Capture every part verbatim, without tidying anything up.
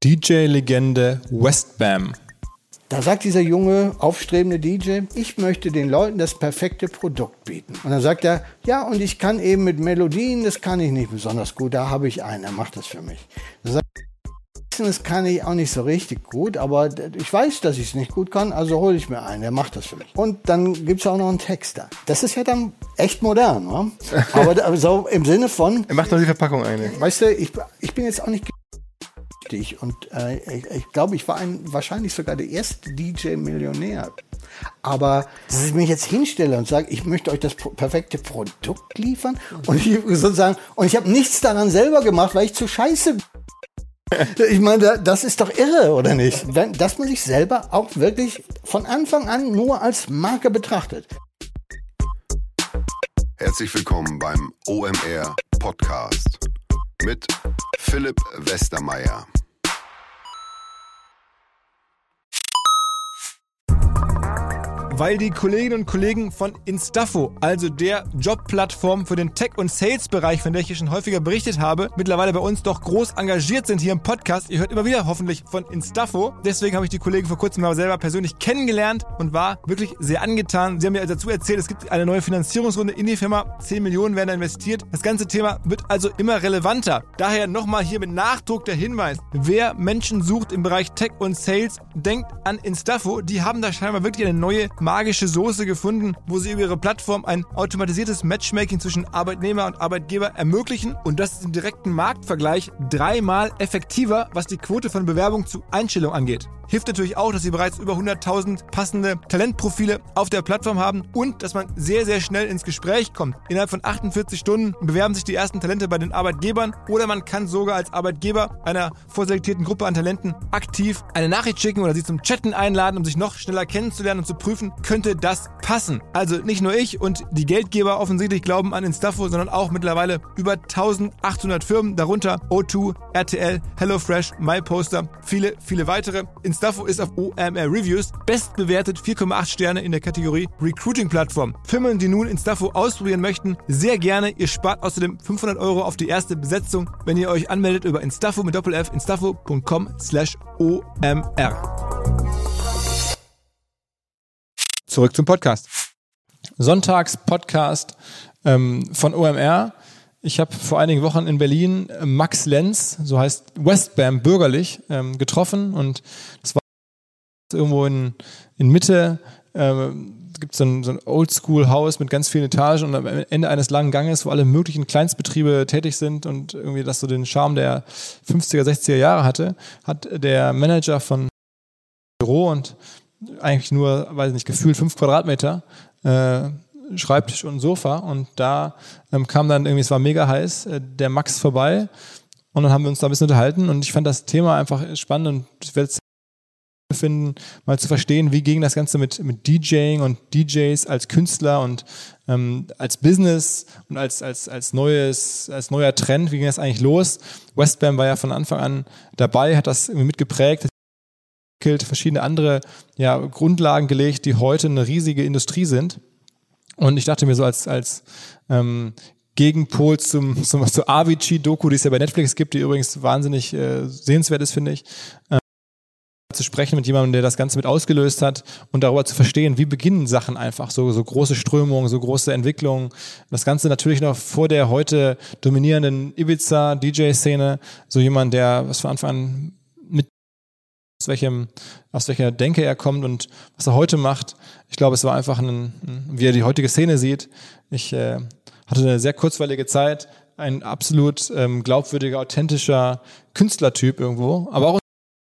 D J-Legende Westbam. Da sagt dieser junge, aufstrebende D J, ich möchte den Leuten das perfekte Produkt bieten. Und dann sagt er, ja, und ich kann eben mit Melodien, das kann ich nicht besonders gut, da habe ich einen, der macht das für mich. Dann sagt er, das kann ich auch nicht so richtig gut, aber ich weiß, dass ich es nicht gut kann, also hole ich mir einen, der macht das für mich. Und dann gibt es auch noch einen Texter. Das ist ja dann echt modern, oder? aber, aber so im Sinne von... Er macht doch die Verpackung eine. Weißt du, ich, ich bin jetzt auch nicht... Und äh, ich, ich glaube, ich war ein, wahrscheinlich sogar der erste D J-Millionär. Aber dass ich mich jetzt hinstelle und sage, ich möchte euch das pro- perfekte Produkt liefern und ich sozusagen und ich habe nichts daran selber gemacht, weil ich zu scheiße bin. Ich meine, das ist doch irre, oder nicht? Dass man sich selber auch wirklich von Anfang an nur als Marke betrachtet. Herzlich willkommen beim O M R Podcast mit Philipp Westermeier. Weil die Kolleginnen und Kollegen von Instafo, also der Jobplattform für den Tech- und Sales-Bereich, von der ich hier schon häufiger berichtet habe, mittlerweile bei uns doch groß engagiert sind hier im Podcast. Ihr hört immer wieder hoffentlich von Instafo. Deswegen habe ich die Kollegen vor kurzem mal selber persönlich kennengelernt und war wirklich sehr angetan. Sie haben mir dazu erzählt, es gibt eine neue Finanzierungsrunde in die Firma. zehn Millionen werden da investiert. Das ganze Thema wird also immer relevanter. Daher nochmal hier mit Nachdruck der Hinweis. Wer Menschen sucht im Bereich Tech und Sales, denkt an Instafo. Die haben da scheinbar wirklich eine neue magische Soße gefunden, wo sie über ihre Plattform ein automatisiertes Matchmaking zwischen Arbeitnehmer und Arbeitgeber ermöglichen, und das ist im direkten Marktvergleich dreimal effektiver, was die Quote von Bewerbung zu Einstellung angeht. Hilft natürlich auch, dass sie bereits über hunderttausend passende Talentprofile auf der Plattform haben und dass man sehr, sehr schnell ins Gespräch kommt. Innerhalb von achtundvierzig Stunden bewerben sich die ersten Talente bei den Arbeitgebern, oder man kann sogar als Arbeitgeber einer vorselektierten Gruppe an Talenten aktiv eine Nachricht schicken oder sie zum Chatten einladen, um sich noch schneller kennenzulernen und zu prüfen, könnte das passen. Also nicht nur ich und die Geldgeber offensichtlich glauben an Instafo, sondern auch mittlerweile über eintausendachthundert Firmen, darunter O zwei, R T L, HelloFresh, MyPoster, viele, viele weitere. Instafo ist auf O M R Reviews bestbewertet, vier Komma acht Sterne in der Kategorie Recruiting-Plattform. Firmen, die nun Instafo ausprobieren möchten, sehr gerne. Ihr spart außerdem fünfhundert Euro auf die erste Besetzung, wenn ihr euch anmeldet über Instafo mit Doppel-F, instafo punkt com slash O M R. Zurück zum Podcast. Sonntags-Podcast ähm, von O M R. Ich habe vor einigen Wochen in Berlin Max Lenz, so heißt Westbam bürgerlich, ähm, getroffen, und das war irgendwo in, in Mitte. Ähm, es gibt so ein, so ein Oldschool-Haus mit ganz vielen Etagen und am Ende eines langen Ganges, wo alle möglichen Kleinstbetriebe tätig sind, und irgendwie das so den Charme der fünfziger, sechziger Jahre hatte, hat der Manager von Büro und eigentlich nur, weiß ich nicht, gefühlt fünf Quadratmeter, äh, Schreibtisch und Sofa, und da ähm, kam dann irgendwie, es war mega heiß, äh, der Max vorbei, und dann haben wir uns da ein bisschen unterhalten, und ich fand das Thema einfach spannend, und ich werde es finden, mal zu verstehen, wie ging das Ganze mit, mit DJing und D Js als Künstler und ähm, als Business und als, als, als, neues, als neuer Trend, wie ging das eigentlich los? Westbam war ja von Anfang an dabei, hat das irgendwie mitgeprägt, verschiedene andere ja, Grundlagen gelegt, die heute eine riesige Industrie sind. Und ich dachte mir so als, als ähm, Gegenpol zum, zum, zur Avicii-Doku, die es ja bei Netflix gibt, die übrigens wahnsinnig äh, sehenswert ist, finde ich, äh, zu sprechen mit jemandem, der das Ganze mit ausgelöst hat, und darüber zu verstehen, wie beginnen Sachen einfach, so, so große Strömungen, so große Entwicklungen. Das Ganze natürlich noch vor der heute dominierenden Ibiza-D J-Szene, so jemand, der was von Anfang an mit aus welchem, aus welcher Denke er kommt und was er heute macht. Ich glaube, es war einfach ein, wie er die heutige Szene sieht. Ich äh, hatte eine sehr kurzweilige Zeit, ein absolut ähm, glaubwürdiger, authentischer Künstlertyp irgendwo, aber auch.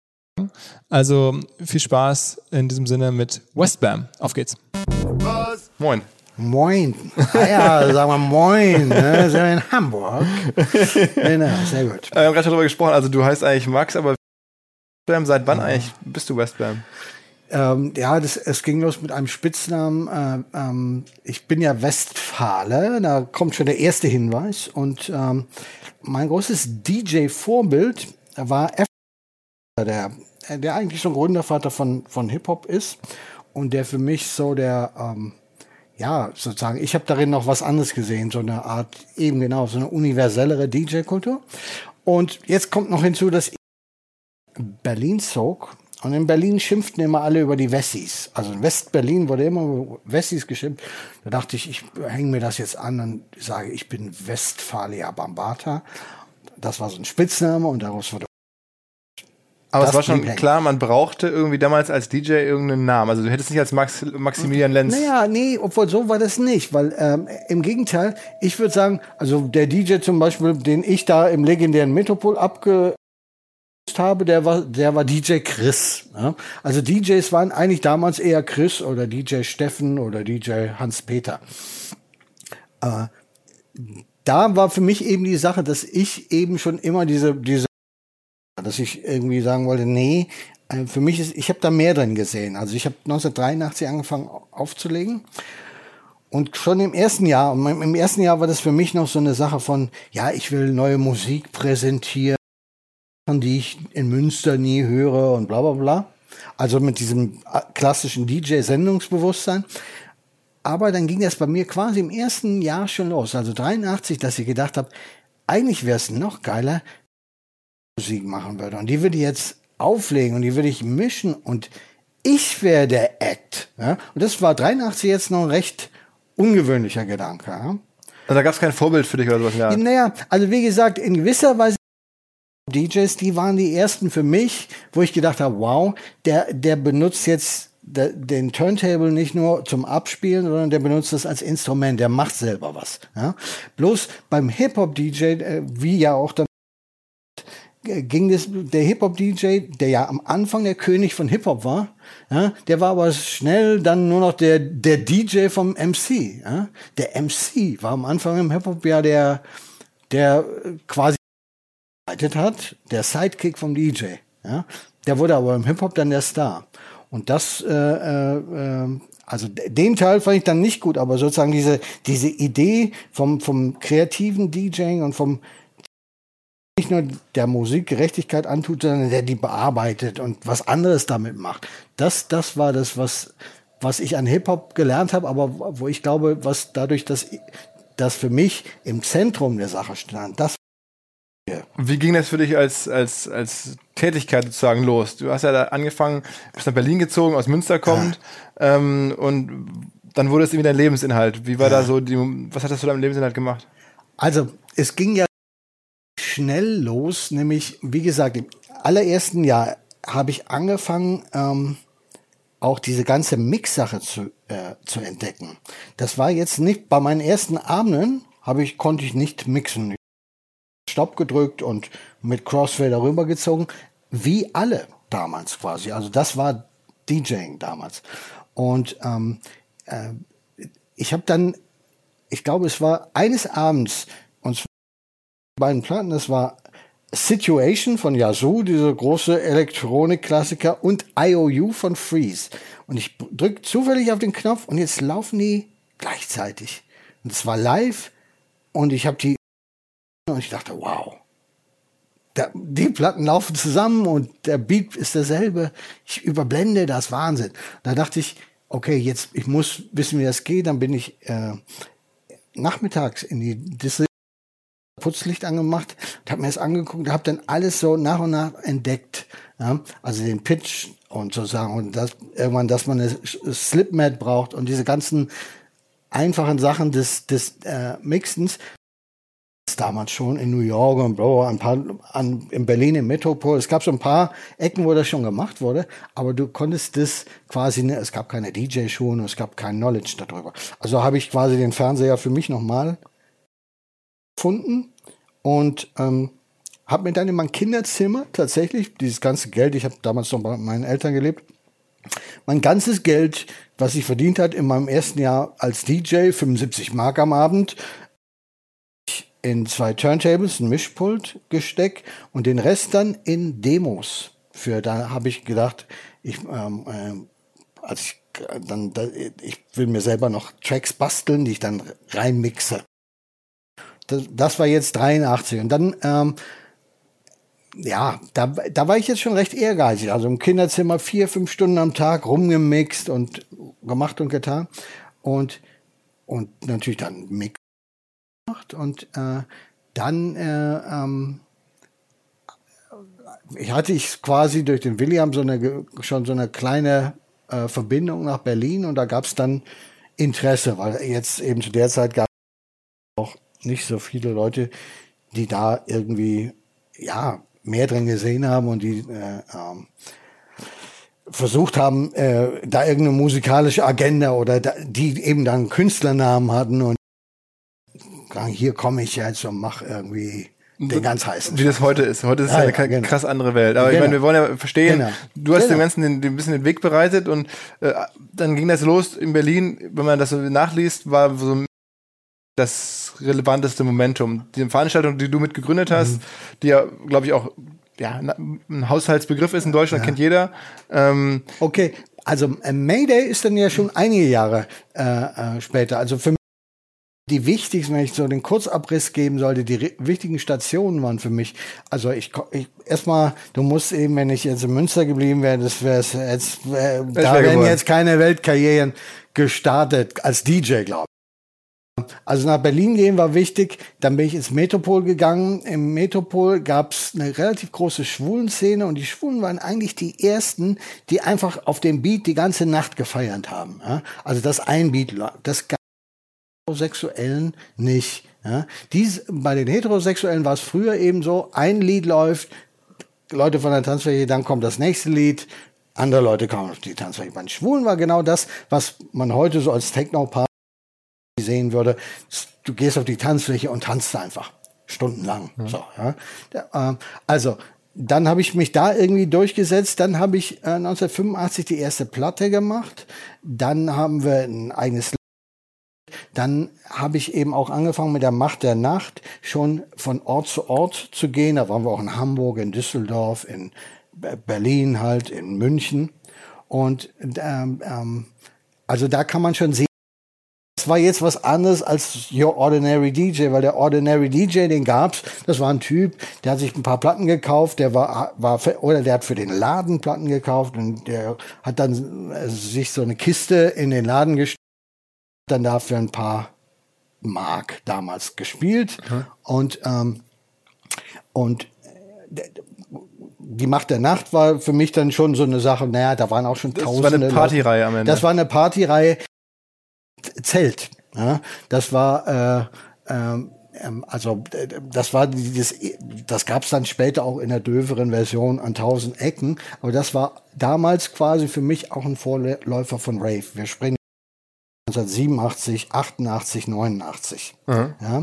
Also viel Spaß in diesem Sinne mit Westbam. Auf geht's. Was? Moin. Moin. Ah ja, sagen wir Moin. Ne? Sind wir in Hamburg. Genau, sehr gut. Wir haben gerade darüber gesprochen, also du heißt eigentlich Max, aber Westbam, seit wann eigentlich bist du Westbam? Ähm, ja, das, es ging los mit einem Spitznamen. Äh, ähm, ich bin ja Westfale, da kommt schon der erste Hinweis. Und ähm, mein großes D J-Vorbild war F, der, der eigentlich schon Gründervater von, von Hip-Hop ist und der für mich so der, ähm, ja, sozusagen, ich habe darin noch was anderes gesehen, so eine Art, eben genau, so eine universellere D J-Kultur. Und jetzt kommt noch hinzu, dass Berlin zog. Und in Berlin schimpften immer alle über die Wessis. Also in West-Berlin wurde immer über Wessis geschimpft. Da dachte ich, ich hänge mir das jetzt an und sage, ich bin Westfalia Bambata. Das war so ein Spitzname und daraus wurde... Aber das es war schon blieb hängen. klar, man brauchte irgendwie damals als D J irgendeinen Namen. Also du hättest nicht als Max, Maximilian Lenz... Naja, nee, obwohl so war das nicht. Weil ähm, im Gegenteil, ich würde sagen, also der D J zum Beispiel, den ich da im legendären Metropol abge... habe, der war, der war D J Chris. Ja? Also D Js waren eigentlich damals eher Chris oder D J Steffen oder D J Hans-Peter. Äh, da war für mich eben die Sache, dass ich eben schon immer diese, diese, dass ich irgendwie sagen wollte, nee, äh, für mich ist, ich habe da mehr drin gesehen. Also ich habe neunzehnhundertdreiundachtzig angefangen aufzulegen. Und schon im ersten Jahr, und im ersten Jahr war das für mich noch so eine Sache von, ja, ich will neue Musik präsentieren, die ich in Münster nie höre und bla bla bla. Also mit diesem klassischen D J-Sendungsbewusstsein. Aber dann ging das bei mir quasi im ersten Jahr schon los, also dreiundachtzig, dass ich gedacht habe, eigentlich wäre es noch geiler, Musik machen würde. Und die würde ich jetzt auflegen und die würde ich mischen und ich wäre der Act. Ja? Und das war dreiundachtzig jetzt noch ein recht ungewöhnlicher Gedanke. Ja? Also da gab es kein Vorbild für dich oder sowas? Ja. Naja, also wie gesagt, in gewisser Weise D Js, die waren die ersten für mich, wo ich gedacht habe, wow, der, der benutzt jetzt de, den Turntable nicht nur zum Abspielen, sondern der benutzt das als Instrument, der macht selber was. Ja? Bloß beim Hip-Hop-D J, äh, wie ja auch dann ging das, der Hip-Hop-D J, der ja am Anfang der König von Hip-Hop war, ja, der war aber schnell dann nur noch der, der D J vom M C. Ja? Der M C war am Anfang im Hip-Hop ja der, der quasi hat, der Sidekick vom D J. Ja? Der wurde aber im Hip-Hop dann der Star. Und das, äh, äh, also den Teil fand ich dann nicht gut, aber sozusagen diese, diese Idee vom, vom kreativen DJing und vom nicht nur der Musik Gerechtigkeit antut, sondern der die bearbeitet und was anderes damit macht. Das, das war das, was, was ich an Hip-Hop gelernt habe, aber wo ich glaube, was dadurch, dass das für mich im Zentrum der Sache stand, das Wie ging das für dich als, als, als Tätigkeit sozusagen los? Du hast ja da angefangen, bist nach Berlin gezogen, aus Münster kommt, ja. ähm, und dann wurde es irgendwie dein Lebensinhalt. Wie war ja. da so, die, was hat das zu deinem Lebensinhalt gemacht? Also, es ging ja schnell los, nämlich, wie gesagt, im allerersten Jahr habe ich angefangen, ähm, auch diese ganze Mix-Sache zu, äh, zu entdecken. Das war jetzt nicht, bei meinen ersten Abenden habe ich, konnte ich nicht mixen. Stopp gedrückt und mit Crossfader rübergezogen, wie alle damals quasi. Also das war DJing damals. Und ähm, äh, ich habe dann, ich glaube, es war eines Abends, und zwar die beiden Platten, das war Situation von Yazoo, diese große Elektronik-Klassiker, und I O U von Freeze. Und ich drücke zufällig auf den Knopf und jetzt laufen die gleichzeitig. Und es war live und ich habe die und ich dachte, wow, da, die Platten laufen zusammen und der Beat ist derselbe. Ich überblende das, Wahnsinn. Da dachte ich, okay, jetzt, ich muss wissen, wie das geht. Dann bin ich äh, nachmittags in die Dis- Putzlicht angemacht und habe mir das angeguckt, habe dann alles so nach und nach entdeckt. Ja? Also den Pitch und sozusagen und das, irgendwann, dass man eine Slipmat braucht und diese ganzen einfachen Sachen des, des äh, Mixens. Damals schon in New York und bla, ein paar an, in Berlin im Metropol. Es gab so ein paar Ecken, wo das schon gemacht wurde, aber du konntest das quasi, ne, es gab keine D J-Schulen, es gab kein Knowledge darüber. Also habe ich quasi den Fernseher für mich nochmal gefunden und ähm, habe mir dann in mein Kinderzimmer tatsächlich dieses ganze Geld, ich habe damals noch bei meinen Eltern gelebt, mein ganzes Geld, was ich verdient hat in meinem ersten Jahr als D J, fünfundsiebzig Mark am Abend, in zwei Turntables, ein Mischpult gesteckt und den Rest dann in Demos. Für da habe ich gedacht, ich ähm, äh, als ich dann da, ich will mir selber noch Tracks basteln, die ich dann reinmixe. Das, das war jetzt dreiundachtzig und dann ähm, ja, da, da war ich jetzt schon recht ehrgeizig. Also im Kinderzimmer vier, fünf Stunden am Tag rumgemixt und gemacht und getan und und natürlich dann Mix und äh, dann äh, ähm, ich hatte ich quasi durch den William so eine, schon so eine kleine äh, Verbindung nach Berlin und da gab es dann Interesse, weil jetzt eben zu der Zeit gab es auch nicht so viele Leute, die da irgendwie, ja, mehr drin gesehen haben und die äh, ähm, versucht haben, äh, da irgendeine musikalische Agenda oder da, die eben dann Künstlernamen hatten und hier komme ich jetzt und mache irgendwie den ganz heißen. Wie das heute ist. Heute ist es ja, eine ja, genau. krass andere Welt. Aber genau. ich meine, wir wollen ja verstehen, genau. du hast genau. dem Ganzen den, den, ein bisschen den Weg bereitet und äh, dann ging das los in Berlin, wenn man das so nachliest, war so das relevanteste Momentum. Die Veranstaltung, die du mit gegründet hast, mhm. die ja, glaube ich, auch ja, ein Haushaltsbegriff ist in Deutschland, ja. kennt jeder. Ähm, okay, also äh, Mayday ist dann ja schon einige Jahre äh, äh, später. Also für mich die wichtigsten, wenn ich so den Kurzabriss geben sollte, die wichtigen Stationen waren für mich. Also ich, ich erstmal, du musst eben, wenn ich jetzt in Münster geblieben wäre, das wäre jetzt, äh, da wären geworden. Jetzt keine Weltkarrieren gestartet als D J, glaube ich. Also nach Berlin gehen war wichtig. Dann bin ich ins Metropol gegangen. Im Metropol gab es eine relativ große Schwulenszene und die Schwulen waren eigentlich die ersten, die einfach auf dem Beat die ganze Nacht gefeiert haben. Ja? Also das ein Beat, das gab Heterosexuellen nicht. Ja. Dies, bei den Heterosexuellen war es früher eben so, ein Lied läuft, Leute von der Tanzfläche, dann kommt das nächste Lied, andere Leute kamen auf die Tanzfläche. Bei den Schwulen war genau das, was man heute so als Techno-Party sehen würde. Du gehst auf die Tanzfläche und tanzt einfach stundenlang. Ja. So, ja. Also, dann habe ich mich da irgendwie durchgesetzt. Dann habe ich äh, neunzehnhundertfünfundachtzig die erste Platte gemacht. Dann haben wir ein eigenes Dann habe ich eben auch angefangen mit der Macht der Nacht schon von Ort zu Ort zu gehen. Da waren wir auch in Hamburg, in Düsseldorf, in Berlin halt, in München. Und ähm, ähm, also da kann man schon sehen, das war jetzt was anderes als Your Ordinary D J, weil der Ordinary D J, den gab's, das war ein Typ, der hat sich ein paar Platten gekauft, der war, war für, oder der hat für den Laden Platten gekauft und der hat dann äh, sich so eine Kiste in den Laden gestellt, dann dafür ein paar Mark damals gespielt. Mhm. Und, ähm, und die Macht der Nacht war für mich dann schon so eine Sache, naja, da waren auch schon Tausende. Das war eine Partyreihe am Ende. Das war eine Partyreihe. Zelt. Ja, das war, äh, ähm, also das war dieses, das gab es dann später auch in der döveren Version an tausend Ecken. Aber das war damals quasi für mich auch ein Vorläufer von Rave. Wir springen neunzehnhundertsiebenundachtzig, achtundachtzig, neunundachtzig. Mhm. Ja.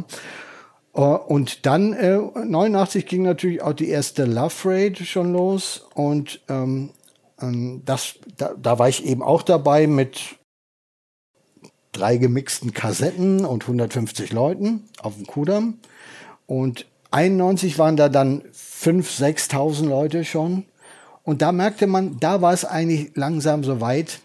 Und dann äh, neunundachtzig ging natürlich auch die erste Love Raid schon los und ähm, das, da, da war ich eben auch dabei mit drei gemixten Kassetten und hundertfünfzig Leuten auf dem Kudamm. Und einundneunzig waren da dann fünftausend, sechstausend Leute schon. Und da merkte man, da war es eigentlich langsam so weit,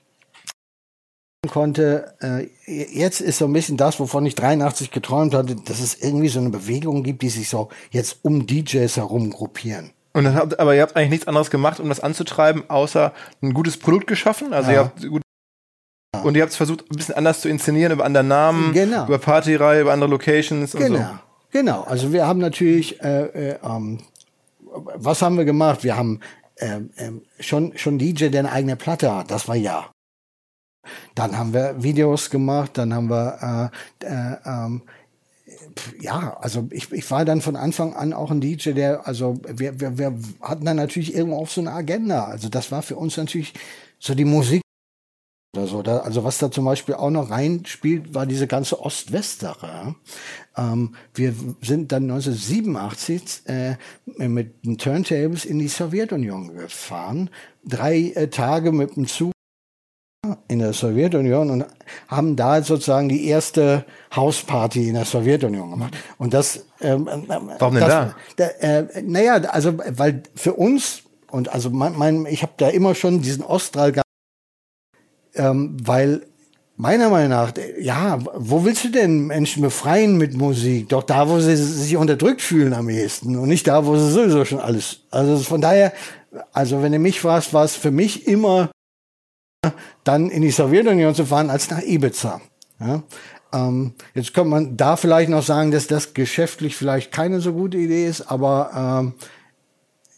konnte, äh, jetzt ist so ein bisschen das, wovon ich dreiundachtzig geträumt hatte, dass es irgendwie so eine Bewegung gibt, die sich so jetzt um D Js herum gruppieren. Und dann habt, aber ihr habt eigentlich nichts anderes gemacht, um das anzutreiben, außer ein gutes Produkt geschaffen. Also ja. ihr habt gut ja. und ihr habt es versucht, ein bisschen anders zu inszenieren, über andere Namen, genau. über Partyreihe, über andere Locations und genau. so. Genau, also wir haben natürlich, äh, äh, ähm, was haben wir gemacht? Wir haben äh, äh, schon schon D J, der eine eigene Platte hat. Das war ja. Dann haben wir Videos gemacht, dann haben wir äh, äh, ähm, ja, also ich, ich war dann von Anfang an auch ein D J, der, also wir, wir, wir hatten dann natürlich irgendwo auch so eine Agenda. Also das war für uns natürlich so die Musik oder so. Da, also was da zum Beispiel auch noch reinspielt, war diese ganze Ost-West-Sache. Ähm, wir sind dann neunzehnhundertsiebenundachtzig äh, mit den Turntables in die Sowjetunion gefahren. Drei äh, Tage mit dem Zug in der Sowjetunion und haben da sozusagen die erste Hausparty in der Sowjetunion gemacht. Und das ähm, warum denn das, da? da äh, naja, also weil für uns und also mein, mein ich habe da immer schon diesen Ostral gehabt, ähm, weil meiner Meinung nach, ja, wo willst du denn Menschen befreien mit Musik? Doch da, wo sie sich unterdrückt fühlen am ehesten und nicht da, wo sie sowieso schon alles. Also von daher, also wenn du mich fragst, war es für mich immer dann in die Sowjetunion zu fahren als nach Ibiza. Ja, ähm, jetzt könnte man da vielleicht noch sagen, dass das geschäftlich vielleicht keine so gute Idee ist, aber ähm,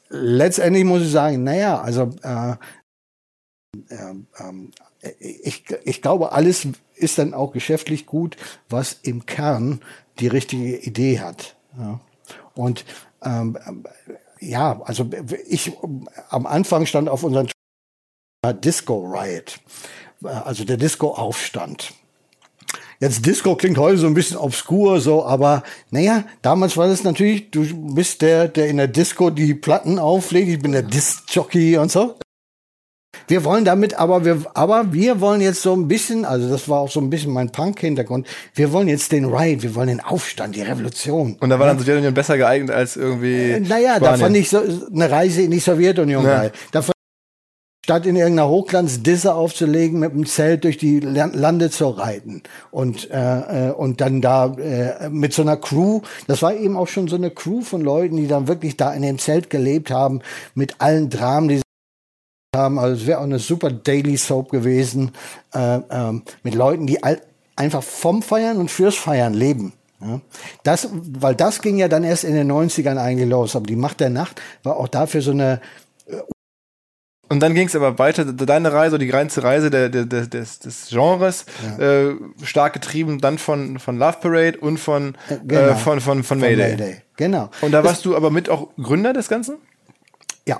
letztendlich muss ich sagen, naja, also äh, äh, äh, ich, ich glaube, alles ist dann auch geschäftlich gut, was im Kern die richtige Idee hat. Ja. Und ähm, ja, also ich am Anfang stand auf unserem Disco Riot, also der Disco-Aufstand. Jetzt Disco klingt heute so ein bisschen obskur, so, aber naja, damals war das natürlich, du bist der, der in der Disco die Platten auflegt, ich bin der Disc-Jockey und so. Wir wollen damit, aber wir, aber wir wollen jetzt so ein bisschen, also das war auch so ein bisschen mein Punk-Hintergrund, wir wollen jetzt den Riot, wir wollen den Aufstand, die Revolution. Und da war dann Sowjetunion besser geeignet als irgendwie äh, Naja, da fand ich so eine Reise in die Sowjetunion geil. Ja. Da fand ich, statt in irgendeiner Hochglanz-Disse aufzulegen, mit dem Zelt durch die Lande zu reiten. Und, äh, und dann da äh, mit so einer Crew, das war eben auch schon so eine Crew von Leuten, die dann wirklich da in dem Zelt gelebt haben, mit allen Dramen, die haben, also es wäre auch eine super Daily Soap gewesen, äh, ähm, mit Leuten, die all, einfach vom Feiern und fürs Feiern leben. Ja. Das, weil das ging ja dann erst in den neunzigern eigentlich los, aber die Macht der Nacht war auch dafür so eine äh, Und dann ging es aber weiter, deine Reise, die ganze Reise der, der, der, des, des Genres, ja. äh, stark getrieben dann von, von Love Parade und von, äh, genau. äh, von, von, von Mayday. Von Mayday. Genau. Und da warst das, du aber mit auch Gründer des Ganzen? Ja.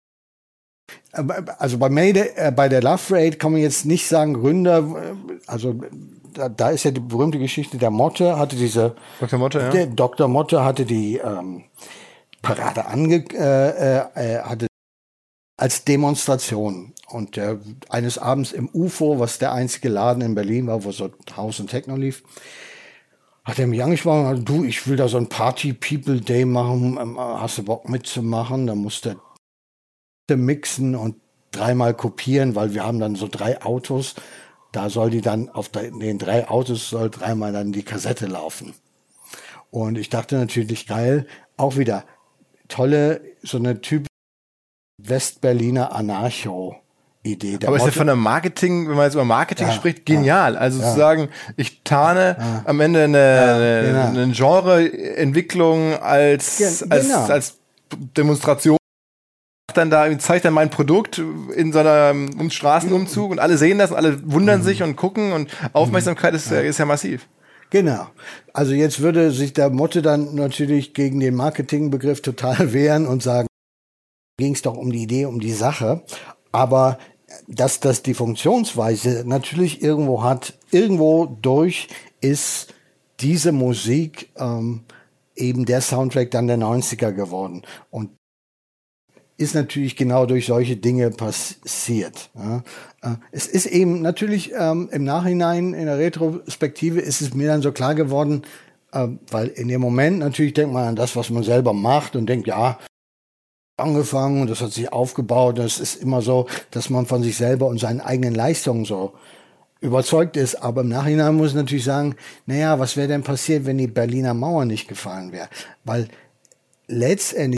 Also bei Mayday, äh, bei der Love Parade kann man jetzt nicht sagen Gründer, also da, da ist ja die berühmte Geschichte, der Motte hatte diese, Doktor Motte, ja. Der Doktor Motte hatte die ähm, Parade ange, äh, äh, hatte als Demonstration. Und äh, eines Abends im U F O, was der einzige Laden in Berlin war, wo so House und Techno lief, hat er mich angesprochen und gesagt, du, ich will da so ein Party-People-Day machen, ähm, hast du Bock mitzumachen? Da musste mixen und dreimal kopieren, weil wir haben dann so drei Autos. Da soll die dann auf den drei Autos soll dreimal dann die Kassette laufen. Und ich dachte natürlich geil, auch wieder tolle, so eine typische Westberliner Anarcho-Idee. Aber ist ja von der Marketing, wenn man jetzt über Marketing ja, spricht, genial. Ja, also ja. zu sagen, ich tarne ja. am Ende eine, ja, genau. eine, eine Genreentwicklung als, ja, genau. als, als Demonstration. Dann da zeigt dann mein Produkt in so einem Straßenumzug und alle sehen das und alle wundern mhm. sich und gucken und Aufmerksamkeit ist, ja. ist ja massiv. Genau. Also jetzt würde sich der Motte dann natürlich gegen den Marketingbegriff total wehren und sagen, ging es doch um die Idee, um die Sache. Aber dass das die Funktionsweise natürlich irgendwo hat, irgendwo durch ist diese Musik ähm, eben der Soundtrack dann der neunziger geworden. Und ist natürlich genau durch solche Dinge passiert. Ja. Es ist eben natürlich ähm, im Nachhinein, in der Retrospektive, ist es mir dann so klar geworden, äh, weil in dem Moment natürlich denkt man an das, was man selber macht und denkt, ja, angefangen und das hat sich aufgebaut. Es ist immer so, dass man von sich selber und seinen eigenen Leistungen so überzeugt ist. Aber im Nachhinein muss ich natürlich sagen, naja, was wäre denn passiert, wenn die Berliner Mauer nicht gefallen wäre? Weil letztendlich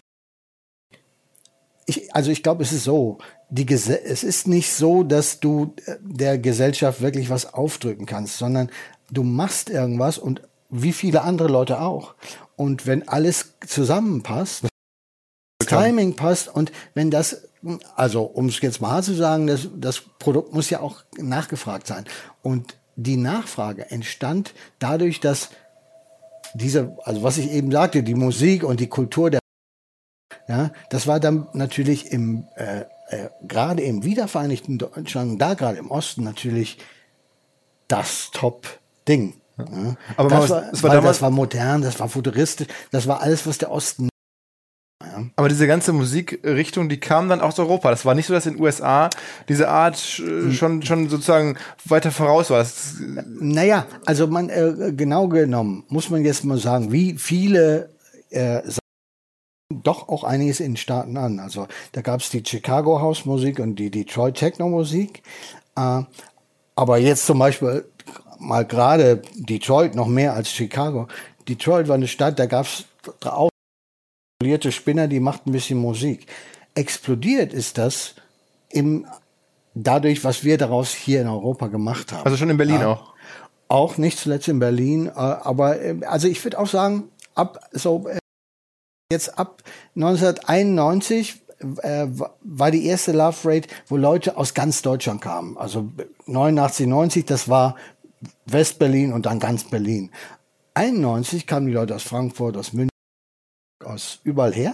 Ich, also ich glaube, es ist so, die Gese- es ist nicht so, dass du der Gesellschaft wirklich was aufdrücken kannst, sondern du machst irgendwas und wie viele andere Leute auch. Und wenn alles zusammenpasst, das Timing passt und wenn das, also um es jetzt mal zu sagen, das, das Produkt muss ja auch nachgefragt sein. Und die Nachfrage entstand dadurch, dass diese, also was ich eben sagte, die Musik und die Kultur der Ja, das war dann natürlich im äh, äh, gerade im wiedervereinigten Deutschland, da gerade im Osten natürlich das Top-Ding. Ja. Aber das, war, das, war damals, das war modern, das war futuristisch, das war alles, was der Osten. Ja. Aber diese ganze Musikrichtung, die kam dann aus Europa. Das war nicht so, dass in den U S A diese Art äh, schon schon sozusagen weiter voraus war. Das naja, also man äh, genau genommen muss man jetzt mal sagen, wie viele äh, doch auch einiges in den Staaten an. Also da gab es die Chicago House Musik und die Detroit Techno Musik. Äh, aber jetzt zum Beispiel mal gerade Detroit noch mehr als Chicago. Detroit war eine Stadt, da gab es auspolierte Spinner, die machten ein bisschen Musik. Explodiert ist das im dadurch, was wir daraus hier in Europa gemacht haben. Also schon in Berlin ja, auch? Auch nicht zuletzt in Berlin. Äh, aber äh, also ich würde auch sagen, ab so Jetzt ab neunzehnhunderteinundneunzig äh, war die erste Love Parade, wo Leute aus ganz Deutschland kamen. Also neunundachtzig, neunzig, das war West-Berlin und dann ganz Berlin. einundneunzig kamen die Leute aus Frankfurt, aus München, aus überall her.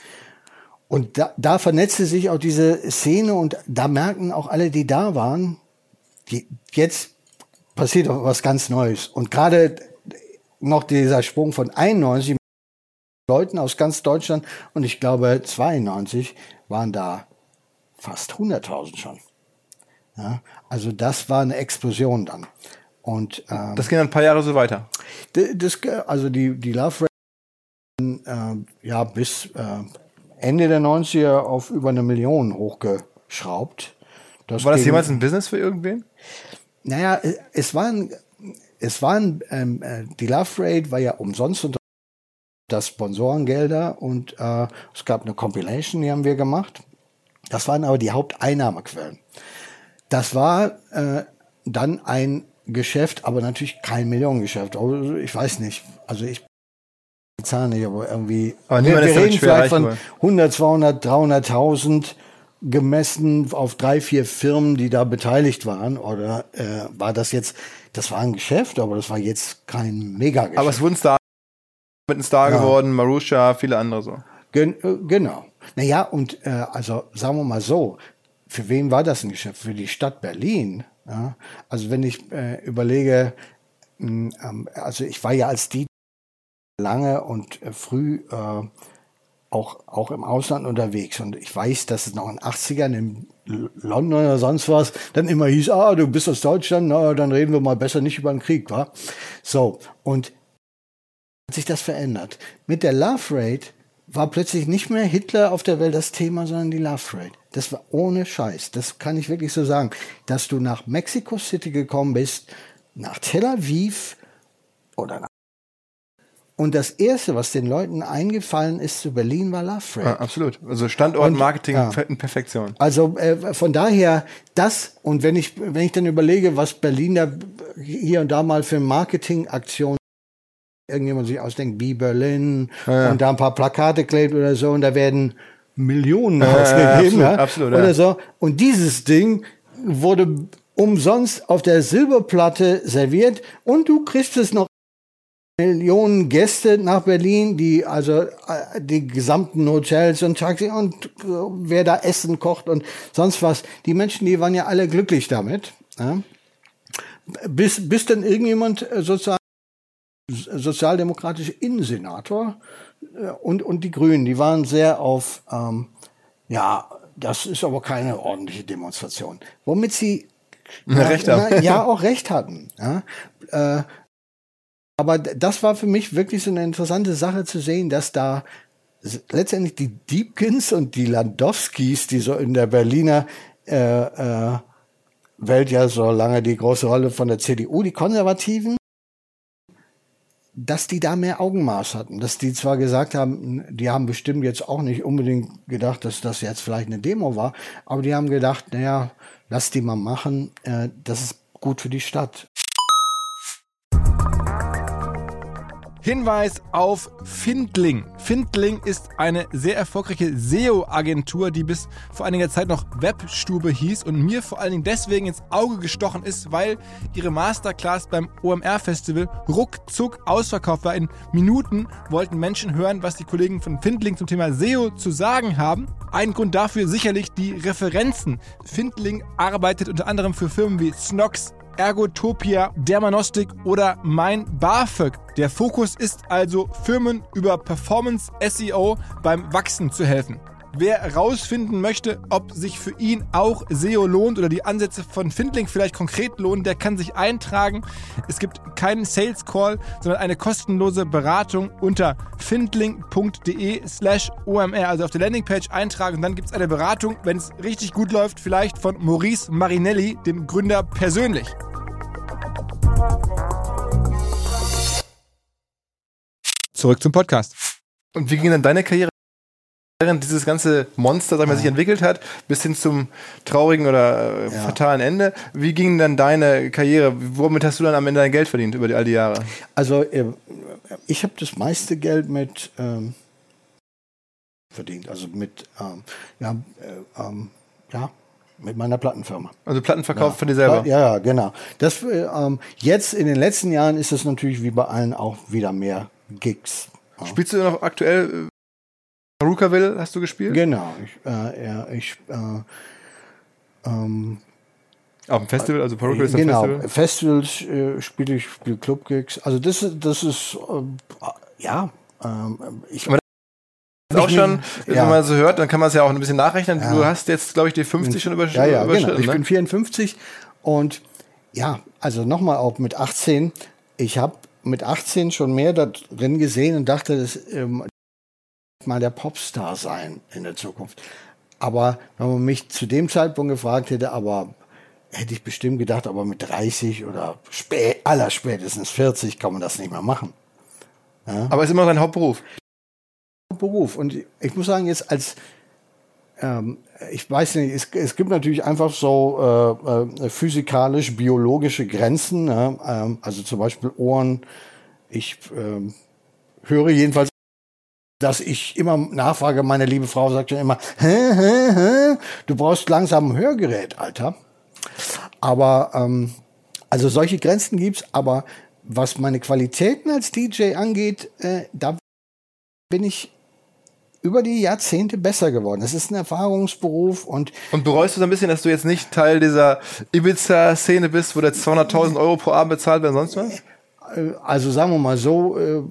Und da, da vernetzte sich auch diese Szene und da merkten auch alle, die da waren, die, jetzt passiert doch was ganz Neues. Und gerade noch dieser Sprung von einundneunzig Leuten aus ganz Deutschland und ich glaube zweiundneunzig waren da fast hunderttausend schon. Ja, also das war eine Explosion dann. Und ähm, das ging dann ein paar Jahre so weiter. Das, also die die Love Parade äh, ja bis äh, Ende der neunziger auf über eine Million hochgeschraubt. Das war das jemals ein Business für irgendwen? Naja, es waren es waren ähm, die Love Parade war ja umsonst unter das Sponsorengelder und äh, es gab eine Compilation, die haben wir gemacht. Das waren aber die Haupteinnahmequellen. Das war äh, dann ein Geschäft, aber natürlich kein Millionengeschäft. Also ich weiß nicht, also ich zahle nicht, aber irgendwie. Aber wir, wir reden vielleicht von von hundert, zweihundert, dreihunderttausend gemessen auf drei, vier Firmen, die da beteiligt waren. Oder äh, war das jetzt, das war ein Geschäft, aber das war jetzt kein Megageschäft. Aber es wurden Star mit einem Star ja. geworden, Marusha, viele andere so. Gen, äh, genau. Naja, und äh, also sagen wir mal so, für wen war das ein Geschäft? Für die Stadt Berlin. Ja? Also wenn ich äh, überlege, mh, also ich war ja als D J lange und äh, früh äh, auch, auch im Ausland unterwegs und ich weiß, dass es noch in den achtzigern in London oder sonst was dann immer hieß, ah, du bist aus Deutschland, na, dann reden wir mal besser nicht über den Krieg, wa? So, und hat sich das verändert. Mit der Love Parade war plötzlich nicht mehr Hitler auf der Welt das Thema, sondern die Love Parade. Das war ohne Scheiß. Das kann ich wirklich so sagen. Dass du nach Mexico City gekommen bist, nach Tel Aviv oder nach und das Erste, was den Leuten eingefallen ist zu Berlin, war Love Parade. Ja, absolut. Also Standortmarketing ja. in Perfektion. Also äh, von daher das und wenn ich wenn ich dann überlege, was Berlin da hier und da mal für Marketingaktionen irgendjemand sich ausdenkt, Be Berlin ja, ja. und da ein paar Plakate klebt oder so und da werden Millionen ja, ausgegeben ja, absolut, ja, absolut, oder ja. so. Und dieses Ding wurde umsonst auf der Silberplatte serviert und du kriegst es noch Millionen Gäste nach Berlin, die also die gesamten Hotels und Taxi und wer da Essen kocht und sonst was. Die Menschen, die waren ja alle glücklich damit. Ja. Bis, bis dann irgendjemand sozusagen sozialdemokratische Innensenator und, und die Grünen, die waren sehr auf, ähm, ja, das ist aber keine ordentliche Demonstration. Womit sie ja, recht haben. ja auch recht hatten. Ja. Äh, aber das war für mich wirklich so eine interessante Sache zu sehen, dass da letztendlich die Diebkins und die Landowskis, die so in der Berliner äh, äh, Welt ja so lange die große Rolle von der C D U, die Konservativen, dass die da mehr Augenmaß hatten, dass die zwar gesagt haben, die haben bestimmt jetzt auch nicht unbedingt gedacht, dass das jetzt vielleicht eine Demo war, aber die haben gedacht, naja, lass die mal machen, äh, das ist gut für die Stadt. Hinweis auf Findling. Findling ist eine sehr erfolgreiche S E O-Agentur, die bis vor einiger Zeit noch Webstube hieß und mir vor allen Dingen deswegen ins Auge gestochen ist, weil ihre Masterclass beim O M R-Festival ruckzuck ausverkauft war. In Minuten wollten Menschen hören, was die Kollegen von Findling zum Thema S E O zu sagen haben. Ein Grund dafür sicherlich die Referenzen. Findling arbeitet unter anderem für Firmen wie Snox, Ergotopia, Dermanostik oder Mein BAföG. Der Fokus ist also, Firmen über Performance S E O beim Wachsen zu helfen. Wer herausfinden möchte, ob sich für ihn auch S E O lohnt oder die Ansätze von Findling vielleicht konkret lohnen, der kann sich eintragen. Es gibt keinen Sales Call, sondern eine kostenlose Beratung unter findling.de slash OMR. Also auf der Landingpage eintragen und dann gibt es eine Beratung, wenn es richtig gut läuft, vielleicht von Maurice Marinelli, dem Gründer persönlich. Zurück zum Podcast. Und wie ging dann deine Karriere, während dieses ganze Monster, sag ich mal, sich entwickelt hat, bis hin zum traurigen oder äh, ja. fatalen Ende? Wie ging dann deine Karriere? Womit hast du dann am Ende dein Geld verdient über die, all die Jahre? Also ich habe das meiste Geld mit ähm, verdient. Also mit, ähm, ja, äh, ähm, ja, mit meiner Plattenfirma. Also Plattenverkauf ja. von dir selber? Ja, ja, genau. Das, äh, ähm, jetzt in den letzten Jahren ist es natürlich wie bei allen auch wieder mehr Gigs. Ja. Spielst du noch aktuell äh, Perukaville hast du gespielt? Genau. Ich, äh, ja, ich äh, ähm, Auf dem Festival, also Perukaville ist ein genau, Festival? Festivals äh, spiele ich, spiele Clubgigs. Also das, das ist, äh, ja, ähm, ich... Aber das ist auch schon, ja. wenn man so hört, dann kann man es ja auch ein bisschen nachrechnen. Ja. Du hast jetzt, glaube ich, die fünfzig schon übersch ja, ja, überschritten. Genau. Ich ne? bin vierundfünfzig und ja, also nochmal auch mit achtzehn. Ich habe mit achtzehn schon mehr da drin gesehen und dachte, das ähm, mal der Popstar sein in der Zukunft. Aber wenn man mich zu dem Zeitpunkt gefragt hätte, aber hätte ich bestimmt gedacht, aber mit dreißig oder spät, allerspätestens vierzig kann man das nicht mehr machen. Ja? Aber ist immer sein Hauptberuf. Beruf. Und ich muss sagen, jetzt als, ähm, ich weiß nicht, es, es gibt natürlich einfach so äh, äh, physikalisch-biologische Grenzen. Ne? Ähm, also zum Beispiel Ohren. Ich ähm, höre jedenfalls, dass ich immer nachfrage, meine liebe Frau sagt schon immer, hä, hä, hä? Du brauchst langsam ein Hörgerät, Alter. Aber, ähm, also solche Grenzen gibt's, aber was meine Qualitäten als D J angeht, äh, da bin ich über die Jahrzehnte besser geworden. Das ist ein Erfahrungsberuf und... Und bereust du so ein bisschen, dass du jetzt nicht Teil dieser Ibiza-Szene bist, wo der zweihunderttausend Euro pro Abend bezahlt werden, sonst was? Also sagen wir mal so, äh,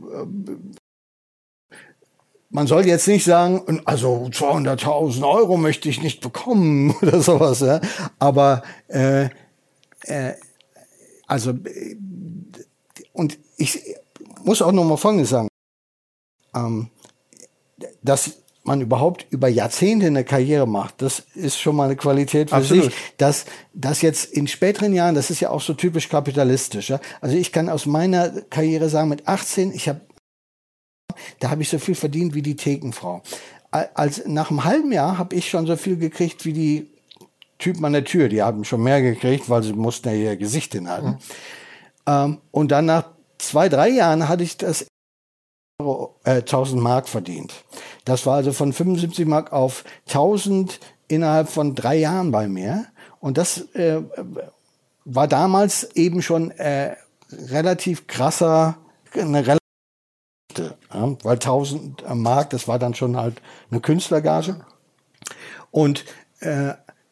man soll jetzt nicht sagen, also zweihunderttausend Euro möchte ich nicht bekommen oder sowas, ja? Aber äh, äh, also äh, und ich muss auch noch mal Folgendes sagen. Ähm, dass man überhaupt über Jahrzehnte eine Karriere macht, das ist schon mal eine Qualität für Absolut. sich. Dass das jetzt in späteren Jahren, das ist ja auch so typisch kapitalistisch. Ja? Also ich kann aus meiner Karriere sagen, mit achtzehn, ich habe, da habe ich so viel verdient wie die Thekenfrau. Als nach einem halben Jahr habe ich schon so viel gekriegt wie die Typen an der Tür. Die haben schon mehr gekriegt, weil sie mussten ja ihr Gesicht hinhalten. Mhm. Ähm, und dann nach zwei, drei Jahren hatte ich das tausend Mark verdient. Das war also von fünfundsiebzig Mark auf tausend innerhalb von drei Jahren bei mir. Und das äh, war damals eben schon äh, relativ krasser, eine relativ, ja, weil tausend Mark, das war dann schon halt eine Künstlergage. Und äh,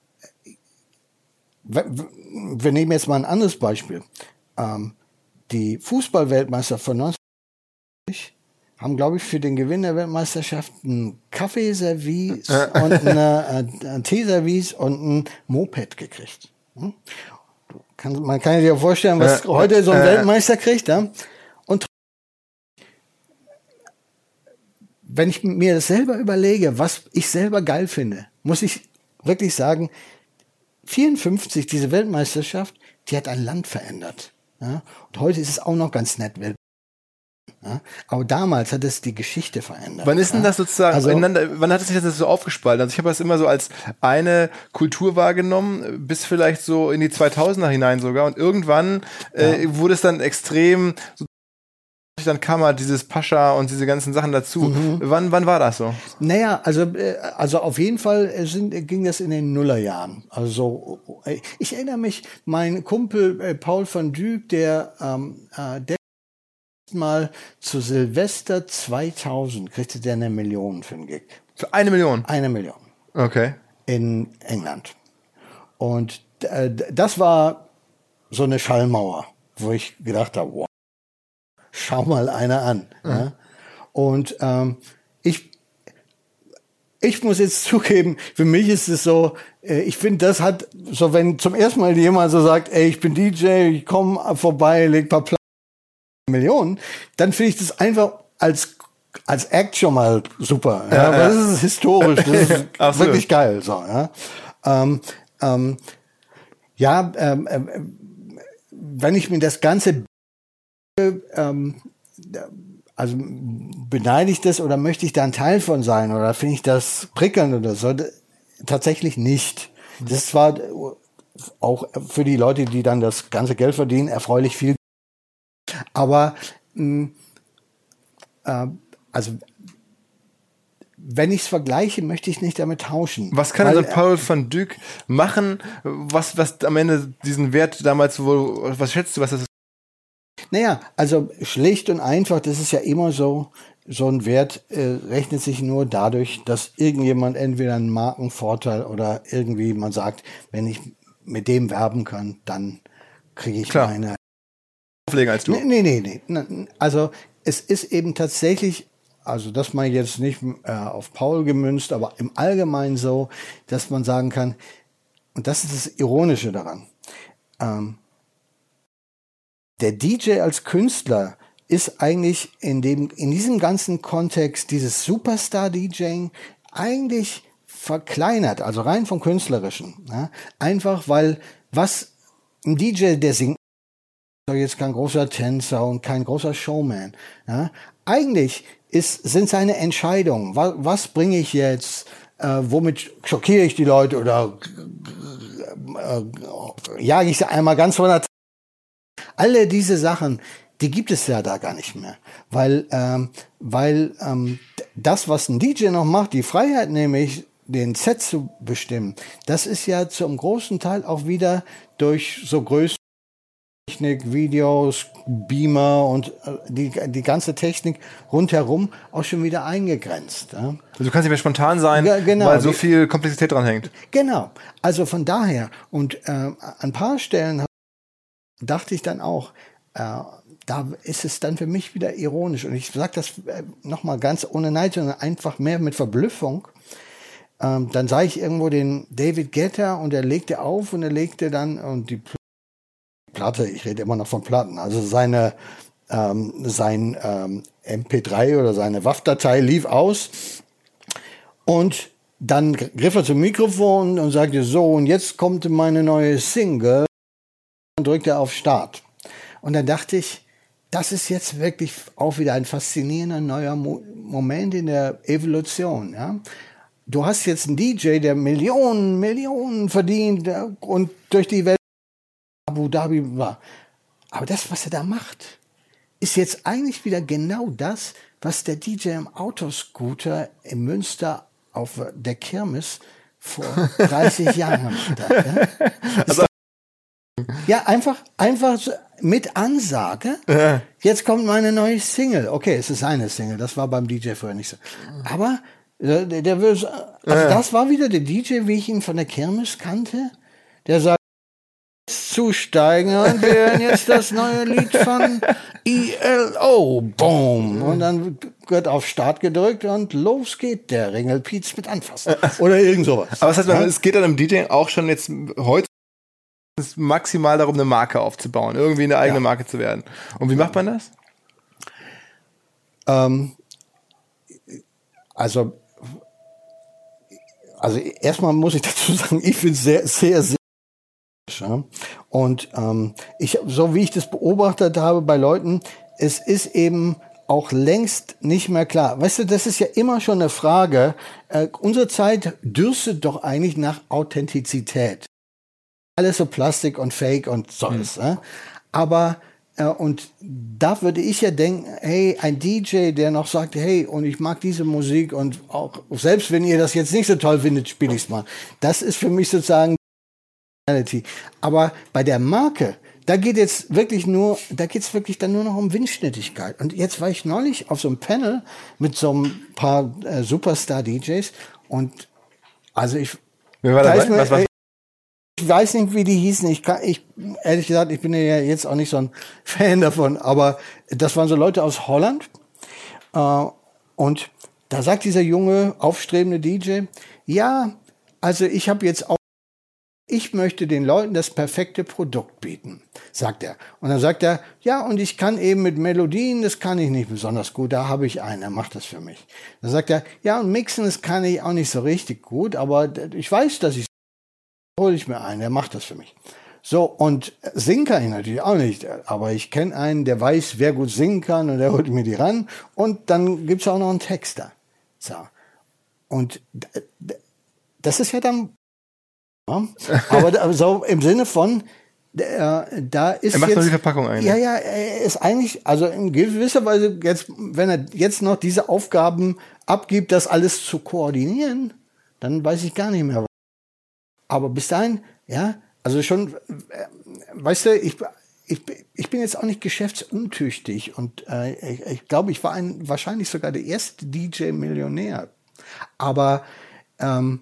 wir nehmen jetzt mal ein anderes Beispiel. Ähm, die Fußballweltmeister von neunzehnhundertneunzig haben, glaube ich, für den Gewinn der Weltmeisterschaft ein Kaffeeservice und eine, äh, ein Teeservice und ein Moped gekriegt. Hm? Kann, man kann sich ja vorstellen, was äh, heute so ein äh, Weltmeister kriegt. Ja? Und wenn ich mir das selber überlege, was ich selber geil finde, muss ich wirklich sagen, vierundfünfzig, diese Weltmeisterschaft, die hat ein Land verändert. Ja? Und heute ist es auch noch ganz nett, Welt. Ja, aber damals hat es die Geschichte verändert. Wann ist denn das sozusagen, also, wann hat es sich das so aufgespalten? Also ich habe das immer so als eine Kultur wahrgenommen, bis vielleicht so in die zweitausender hinein sogar. Und irgendwann äh, ja. wurde es dann extrem, so, dann kam halt dieses Pascha und diese ganzen Sachen dazu. Mhm. Wann, wann war das so? Naja, also, äh, also auf jeden Fall sind, ging das in den Nullerjahren. Also ich erinnere mich, mein Kumpel äh, Paul van Dyk, der, ähm, äh, der mal zu Silvester zweitausend kriegte der eine Million für einen Gig. Für eine Million? Eine Million. Okay. In England. Und äh, das war so eine Schallmauer, wo ich gedacht habe, wow, schau mal einer an. Mhm. Ja? Und ähm, ich ich muss jetzt zugeben, für mich ist es so, äh, ich finde, das hat, so wenn zum ersten Mal jemand so sagt, ey, ich bin D J, ich komme vorbei, leg ein paar Platten, Millionen, dann finde ich das einfach als als Act schon mal super. Ja, ja, aber das ist historisch, das ist wirklich geil. So, ja, ähm, ähm, ja ähm, ähm, wenn ich mir das Ganze, ähm, also beneide ich das oder möchte ich da ein Teil von sein oder finde ich das prickelnd oder so? Tatsächlich nicht. Das ist zwar auch für die Leute, die dann das ganze Geld verdienen, erfreulich viel. Aber mh, äh, also wenn ich es vergleiche, möchte ich nicht damit tauschen. Was kann also Paul van Dyk machen, was, was am Ende diesen Wert damals, wo, was schätzt du, was das ist? Naja, also schlicht und einfach, das ist ja immer so, so ein Wert äh, rechnet sich nur dadurch, dass irgendjemand entweder einen Markenvorteil oder irgendwie man sagt, wenn ich mit dem werben kann, dann kriege ich Klar. meine... Auflegen als du. Nee, nee, nee, nee. Also es ist eben tatsächlich, also das mal jetzt nicht äh, auf Paul gemünzt, aber im Allgemeinen so, dass man sagen kann, und das ist das Ironische daran, ähm, der D J als Künstler ist eigentlich in dem, in diesem ganzen Kontext dieses Superstar-DJing eigentlich verkleinert, also rein vom Künstlerischen. Ja? Einfach, weil was ein D J, der singt, ist jetzt kein großer Tänzer und kein großer Showman. Ja? Eigentlich ist, sind seine Entscheidungen, was, was bringe ich jetzt, äh, womit schockiere ich die Leute oder äh, äh, jage ich sie einmal ganz von der T- Alle diese Sachen, die gibt es ja da gar nicht mehr, weil ähm, weil ähm, das, was ein D J noch macht, die Freiheit nämlich, den Set zu bestimmen, das ist ja zum großen Teil auch wieder durch so Größen, Technik, Videos, Beamer und äh, die die ganze Technik rundherum auch schon wieder eingegrenzt. Ja? Also du kannst nicht mehr spontan sein, Ja, genau. weil so viel Komplexität dran hängt. Genau, also von daher und äh, an ein paar Stellen dachte ich dann auch, äh, da ist es dann für mich wieder ironisch. Und ich sage das äh, nochmal ganz ohne Neid, sondern einfach mehr mit Verblüffung. Ähm, dann sah ich irgendwo den David Guetta und er legte auf und er legte dann, und die Platte, ich rede immer noch von Platten, also seine ähm, sein ähm, M P drei oder seine W A V-Datei lief aus und dann griff er zum Mikrofon und sagte so, und jetzt kommt meine neue Single. Und drückte auf Start. Und dann dachte ich, das ist jetzt wirklich auch wieder ein faszinierender neuer Mo- Moment in der Evolution. Ja? Du hast jetzt einen D J, der Millionen, Millionen verdient und durch die Welt Abu Dhabi war. Aber das, was er da macht, ist jetzt eigentlich wieder genau das, was der D J im Autoscooter in Münster auf der Kirmes vor dreißig Jahren gemacht hat. Ja? Also Ja, einfach, einfach so mit Ansage. Ja. Jetzt kommt meine neue Single. Okay, es ist eine Single. Das war beim D J vorher nicht so. Aber der, der will, also ja. Das war wieder der D J, wie ich ihn von der Kirmes kannte. Der sagt, zusteigen und wir hören jetzt das neue Lied von E L O. Boom. Und dann wird auf Start gedrückt und los geht der Ringelpiez mit Anfassen. Oder irgend sowas. Aber das heißt, ja? Es geht dann im DJing auch schon jetzt heute es ist maximal darum, eine Marke aufzubauen, irgendwie eine eigene ja. Marke zu werden. Und wie macht man das? Ähm, also, also erstmal muss ich dazu sagen, ich bin sehr, sehr, sehr ja. Und ähm, ich, so wie ich das beobachtet habe bei Leuten, es ist eben auch längst nicht mehr klar. Weißt du, das ist ja immer schon eine Frage. Äh, unsere Zeit dürstet doch eigentlich nach Authentizität. Alles so Plastik und Fake und Zeugs. Mhm. Äh? Aber, äh, und da würde ich ja denken, hey, ein D J, der noch sagt, hey, und ich mag diese Musik und auch, selbst wenn ihr das jetzt nicht so toll findet, spiele ich's mal. Das ist für mich sozusagen Reality. Aber bei der Marke, da geht jetzt wirklich nur, da geht's wirklich dann nur noch um Windschnittigkeit. Und jetzt war ich neulich auf so einem Panel mit so ein paar äh, Superstar-D Js und also ich, Wer war dabei? Mir, was, was? Ich weiß nicht, wie die hießen. Ich kann, ich, ehrlich gesagt, ich bin ja jetzt auch nicht so ein Fan davon, aber das waren so Leute aus Holland. Äh, und da sagt dieser junge, aufstrebende D J, ja, also ich habe jetzt auch, ich möchte den Leuten das perfekte Produkt bieten, sagt er. Und dann sagt er, ja, und ich kann eben mit Melodien, das kann ich nicht besonders gut, da habe ich einen, der macht das für mich. Dann sagt er, ja, und mixen, das kann ich auch nicht so richtig gut, aber ich weiß, dass ich hole ich mir einen, der macht das für mich. So, und singen kann ich natürlich auch nicht, aber ich kenne einen, der weiß, wer gut singen kann und der holt mir die ran und dann gibt's auch noch einen Texter. So. Und das ist ja dann, ja, aber so im Sinne von, der, da ist er macht jetzt, nur die Verpackung ein. Ja, ja, er ist eigentlich, also in gewisser Weise, jetzt, wenn er jetzt noch diese Aufgaben abgibt, das alles zu koordinieren, dann weiß ich gar nicht mehr. Aber bis dahin, ja, also schon, äh, weißt du, ich, ich, ich bin jetzt auch nicht geschäftsuntüchtig und äh, ich, ich glaube, ich war ein, wahrscheinlich sogar der erste D J-Millionär. Aber, ähm,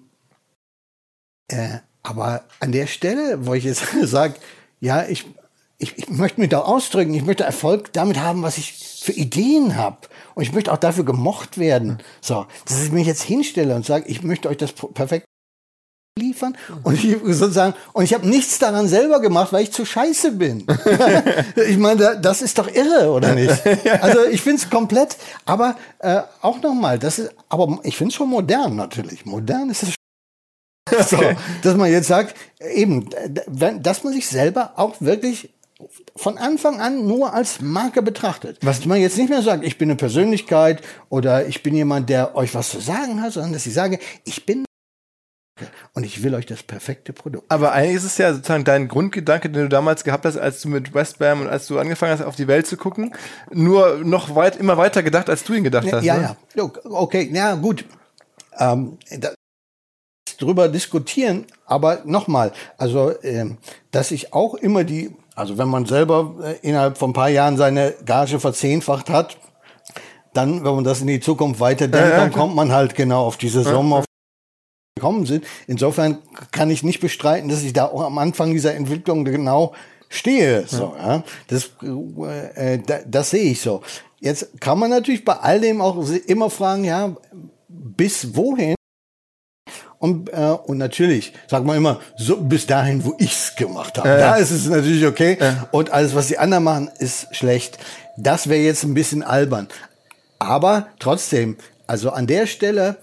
äh, aber an der Stelle, wo ich jetzt sage, ja, ich, ich, ich möchte mich da ausdrücken, ich möchte Erfolg damit haben, was ich für Ideen habe. Und ich möchte auch dafür gemocht werden. So, dass ich mich jetzt hinstelle und sage, ich möchte euch das perfekt liefern und ich sozusagen und ich habe nichts daran selber gemacht, weil ich zu scheiße bin. Ich meine, das ist doch irre, oder nicht? Also ich finde es komplett, aber äh, auch nochmal, das ist, aber ich finde es schon modern natürlich. Modern ist es so, okay. Dass man jetzt sagt, eben, dass man sich selber auch wirklich von Anfang an nur als Marke betrachtet. Was man jetzt nicht mehr sagt, ich bin eine Persönlichkeit oder ich bin jemand, der euch was zu sagen hat, sondern dass ich sage, ich bin und ich will euch das perfekte Produkt. Aber eigentlich ist es ja sozusagen dein Grundgedanke, den du damals gehabt hast, als du mit Westbam und als du angefangen hast, auf die Welt zu gucken, nur noch weit, immer weiter gedacht, als du ihn gedacht hast. Ja, ne? ja. Okay, na gut. Ähm, da, drüber diskutieren, aber nochmal, also, ähm, dass ich auch immer die, also wenn man selber äh, innerhalb von ein paar Jahren seine Gage verzehnfacht hat, dann, wenn man das in die Zukunft weiterdenkt, ja, ja, dann kommt man halt genau auf diese Summe, ja, auf gekommen sind. Insofern kann ich nicht bestreiten, dass ich da auch am Anfang dieser Entwicklung genau stehe. So, ja. Das, äh, das, das sehe ich so. Jetzt kann man natürlich bei all dem auch immer fragen, ja, bis wohin? Und, äh, und natürlich, sagt man immer, so bis dahin, wo ich's gemacht habe. Äh, da ist es natürlich okay. Äh. Und alles, was die anderen machen, ist schlecht. Das wäre jetzt ein bisschen albern. Aber trotzdem, also an der Stelle,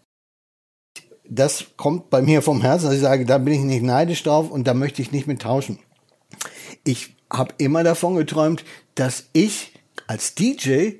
das kommt bei mir vom Herzen, dass ich sage, da bin ich nicht neidisch drauf und da möchte ich nicht mit tauschen. Ich habe immer davon geträumt, dass ich als D J,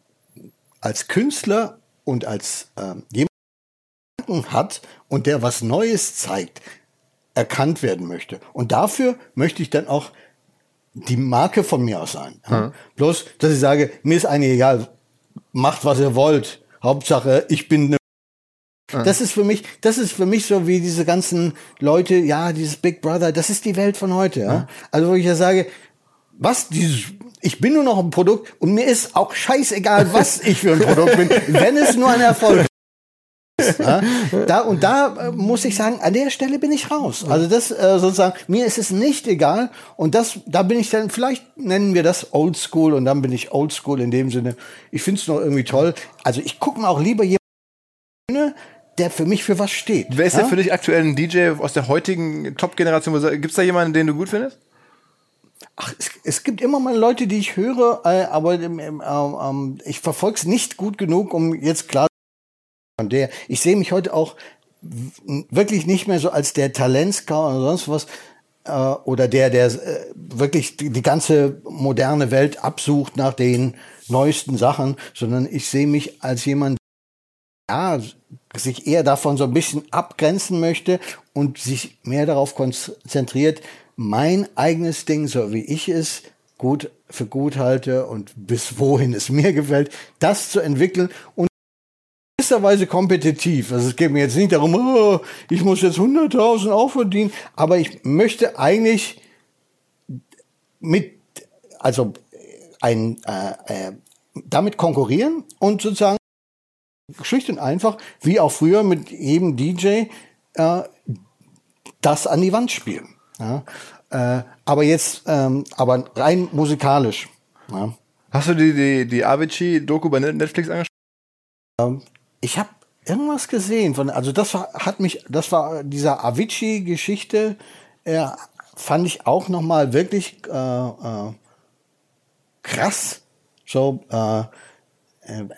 als Künstler und als ähm, jemand hat und der was Neues zeigt, erkannt werden möchte. Und dafür möchte ich dann auch die Marke von mir aus sein. Ja? Mhm. Bloß, dass ich sage, mir ist eigentlich egal, macht was ihr wollt. Hauptsache, ich bin eine. Das ist für mich, das ist für mich so wie diese ganzen Leute, ja, dieses Big Brother, das ist die Welt von heute, ja. ja. Also wo ich ja sage, was, dieses, ich bin nur noch ein Produkt und mir ist auch scheißegal, was ich für ein Produkt bin, wenn es nur ein Erfolg ist. Ja. Da, und da äh, muss ich sagen, an der Stelle bin ich raus. Also das äh, sozusagen, mir ist es nicht egal und das, da bin ich dann, vielleicht nennen wir das Oldschool und dann bin ich Oldschool in dem Sinne, ich finde es noch irgendwie toll. Also ich gucke mir auch lieber jemanden, der für mich für was steht. Wer ist ja? denn für dich aktuell ein D J aus der heutigen Top-Generation? Gibt es da jemanden, den du gut findest? Ach, es, es gibt immer mal Leute, die ich höre, äh, aber ähm, ähm, ich verfolge es nicht gut genug, um jetzt klar zu der. Ich sehe mich heute auch wirklich nicht mehr so als der Talentscout oder sonst was äh, oder der, der äh, wirklich die, die ganze moderne Welt absucht nach den neuesten Sachen, sondern ich sehe mich als jemand, ja, sich eher davon so ein bisschen abgrenzen möchte und sich mehr darauf konzentriert, mein eigenes Ding, so wie ich es gut für gut halte und bis wohin es mir gefällt, das zu entwickeln und in gewisser Weise kompetitiv. Also es geht mir jetzt nicht darum, oh, ich muss jetzt hunderttausend auch verdienen, aber ich möchte eigentlich mit, also ein, äh, äh, damit konkurrieren und sozusagen schlicht und einfach, wie auch früher mit jedem D J, äh, das an die Wand spielen. Ja? Äh, aber jetzt, ähm, aber rein musikalisch. Ja? Hast du die, die, die Avicii-Doku bei Netflix angeschaut? Ähm, ich habe irgendwas gesehen von, also das war, hat mich, das war dieser Avicii-Geschichte, äh, fand ich auch nochmal wirklich äh, äh, krass. So, äh, äh,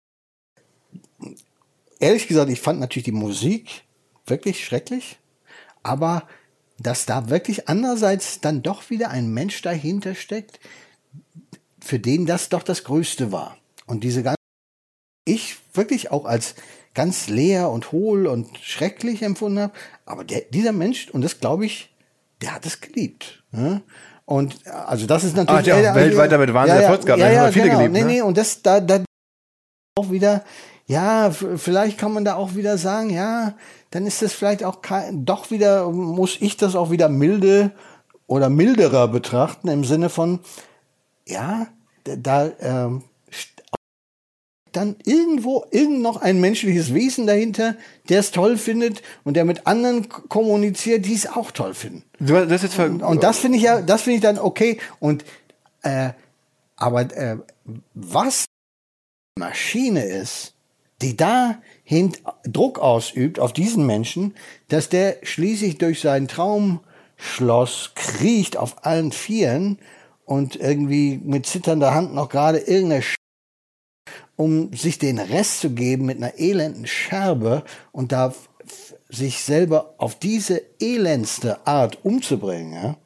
ehrlich gesagt, ich fand natürlich die Musik wirklich schrecklich, aber dass da wirklich andererseits dann doch wieder ein Mensch dahinter steckt, für den das doch das Größte war. Und diese ganze, ich wirklich auch als ganz leer und hohl und schrecklich empfunden habe, aber der, dieser Mensch, und das glaube ich, der hat es geliebt. Ne? Und also das ist natürlich... Ah, ja, äh, weltweit damit wahnsinnig ja, ja, Erfolg gehabt, ja, ja, viele genau. geliebt. Nee, ne? nee, und das da, da auch wieder, ja, vielleicht kann man da auch wieder sagen, ja, dann ist das vielleicht auch kein, doch wieder, muss ich das auch wieder milde oder milderer betrachten im Sinne von, ja, da ähm, dann irgendwo irgend noch ein menschliches Wesen dahinter, der es toll findet und der mit anderen kommuniziert, die es auch toll finden. Du, das jetzt und, und das finde ich ja, das finde ich dann okay. Und äh, aber äh, was Maschine ist, die da Druck ausübt auf diesen Menschen, dass der schließlich durch sein Traumschloss kriecht auf allen Vieren und irgendwie mit zitternder Hand noch gerade irgendeine Sch um sich den Rest zu geben mit einer elenden Scherbe und da f- sich selber auf diese elendste Art umzubringen. Ja?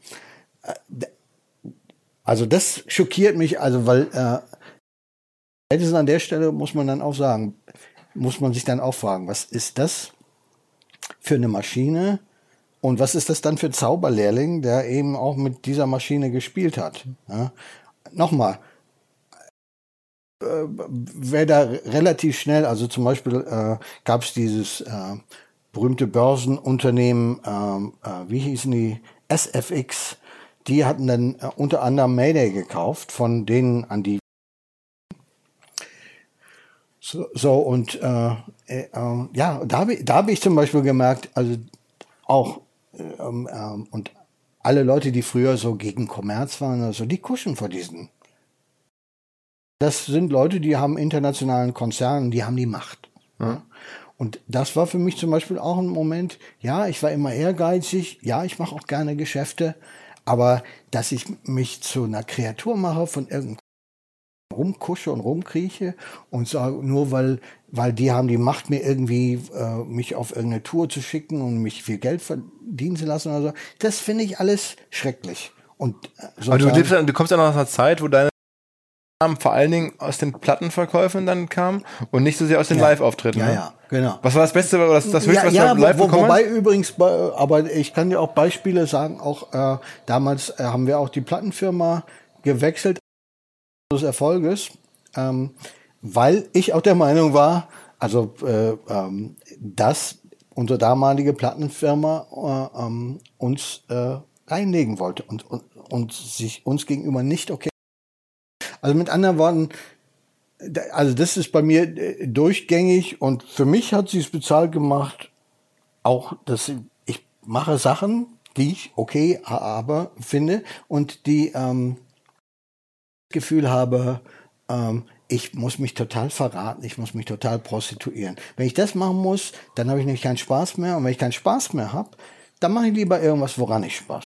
Also das schockiert mich, also weil äh, spätestens an der Stelle muss man dann auch sagen, muss man sich dann auch fragen, was ist das für eine Maschine und was ist das dann für ein Zauberlehrling, der eben auch mit dieser Maschine gespielt hat. Ja? Nochmal, äh, wäre da relativ schnell, also zum Beispiel äh, gab es dieses äh, berühmte Börsenunternehmen, äh, äh, wie hießen die, S F X, die hatten dann äh, unter anderem Mayday gekauft, von denen an die So, so und äh, äh, ja, da habe da hab ich zum Beispiel gemerkt, also auch ähm, ähm, und alle Leute, die früher so gegen Kommerz waren, also die kuschen vor diesen. Das sind Leute, die haben internationalen Konzernen, die haben die Macht. Ja. Ja. Und das war für mich zum Beispiel auch ein Moment, ja, ich war immer ehrgeizig, ja, ich mache auch gerne Geschäfte, aber dass ich mich zu einer Kreatur mache von irgendeinem rumkusche und rumkrieche und sage, nur weil, weil die haben die Macht, mir irgendwie äh, mich auf irgendeine Tour zu schicken und mich viel Geld verdienen zu lassen oder so, das finde ich alles schrecklich. Und äh, aber du, lebst, du kommst ja noch aus einer Zeit, wo deine Namen vor allen Dingen aus den Plattenverkäufen dann kamen und nicht so sehr aus den ja. Live-Auftritten. Ja, ne? ja, genau. Was war das Beste oder das, das Höchste, ja, was ja, du live wo, bekommen wobei hast? übrigens, aber ich kann dir auch Beispiele sagen, auch äh, damals äh, haben wir auch die Plattenfirma gewechselt des Erfolges, ähm, weil ich auch der Meinung war, also äh, ähm, dass unsere damalige Plattenfirma äh, ähm, uns äh, reinlegen wollte und, und, und sich uns gegenüber nicht okay. Also mit anderen Worten, also das ist bei mir äh, durchgängig und für mich hat sie es bezahlt gemacht, auch dass ich mache Sachen, die ich okay aber finde und die ähm, Gefühl habe, ähm, ich muss mich total verraten, ich muss mich total prostituieren. Wenn ich das machen muss, dann habe ich nämlich keinen Spaß mehr. Und wenn ich keinen Spaß mehr habe, dann mache ich lieber irgendwas, woran ich Spaß habe.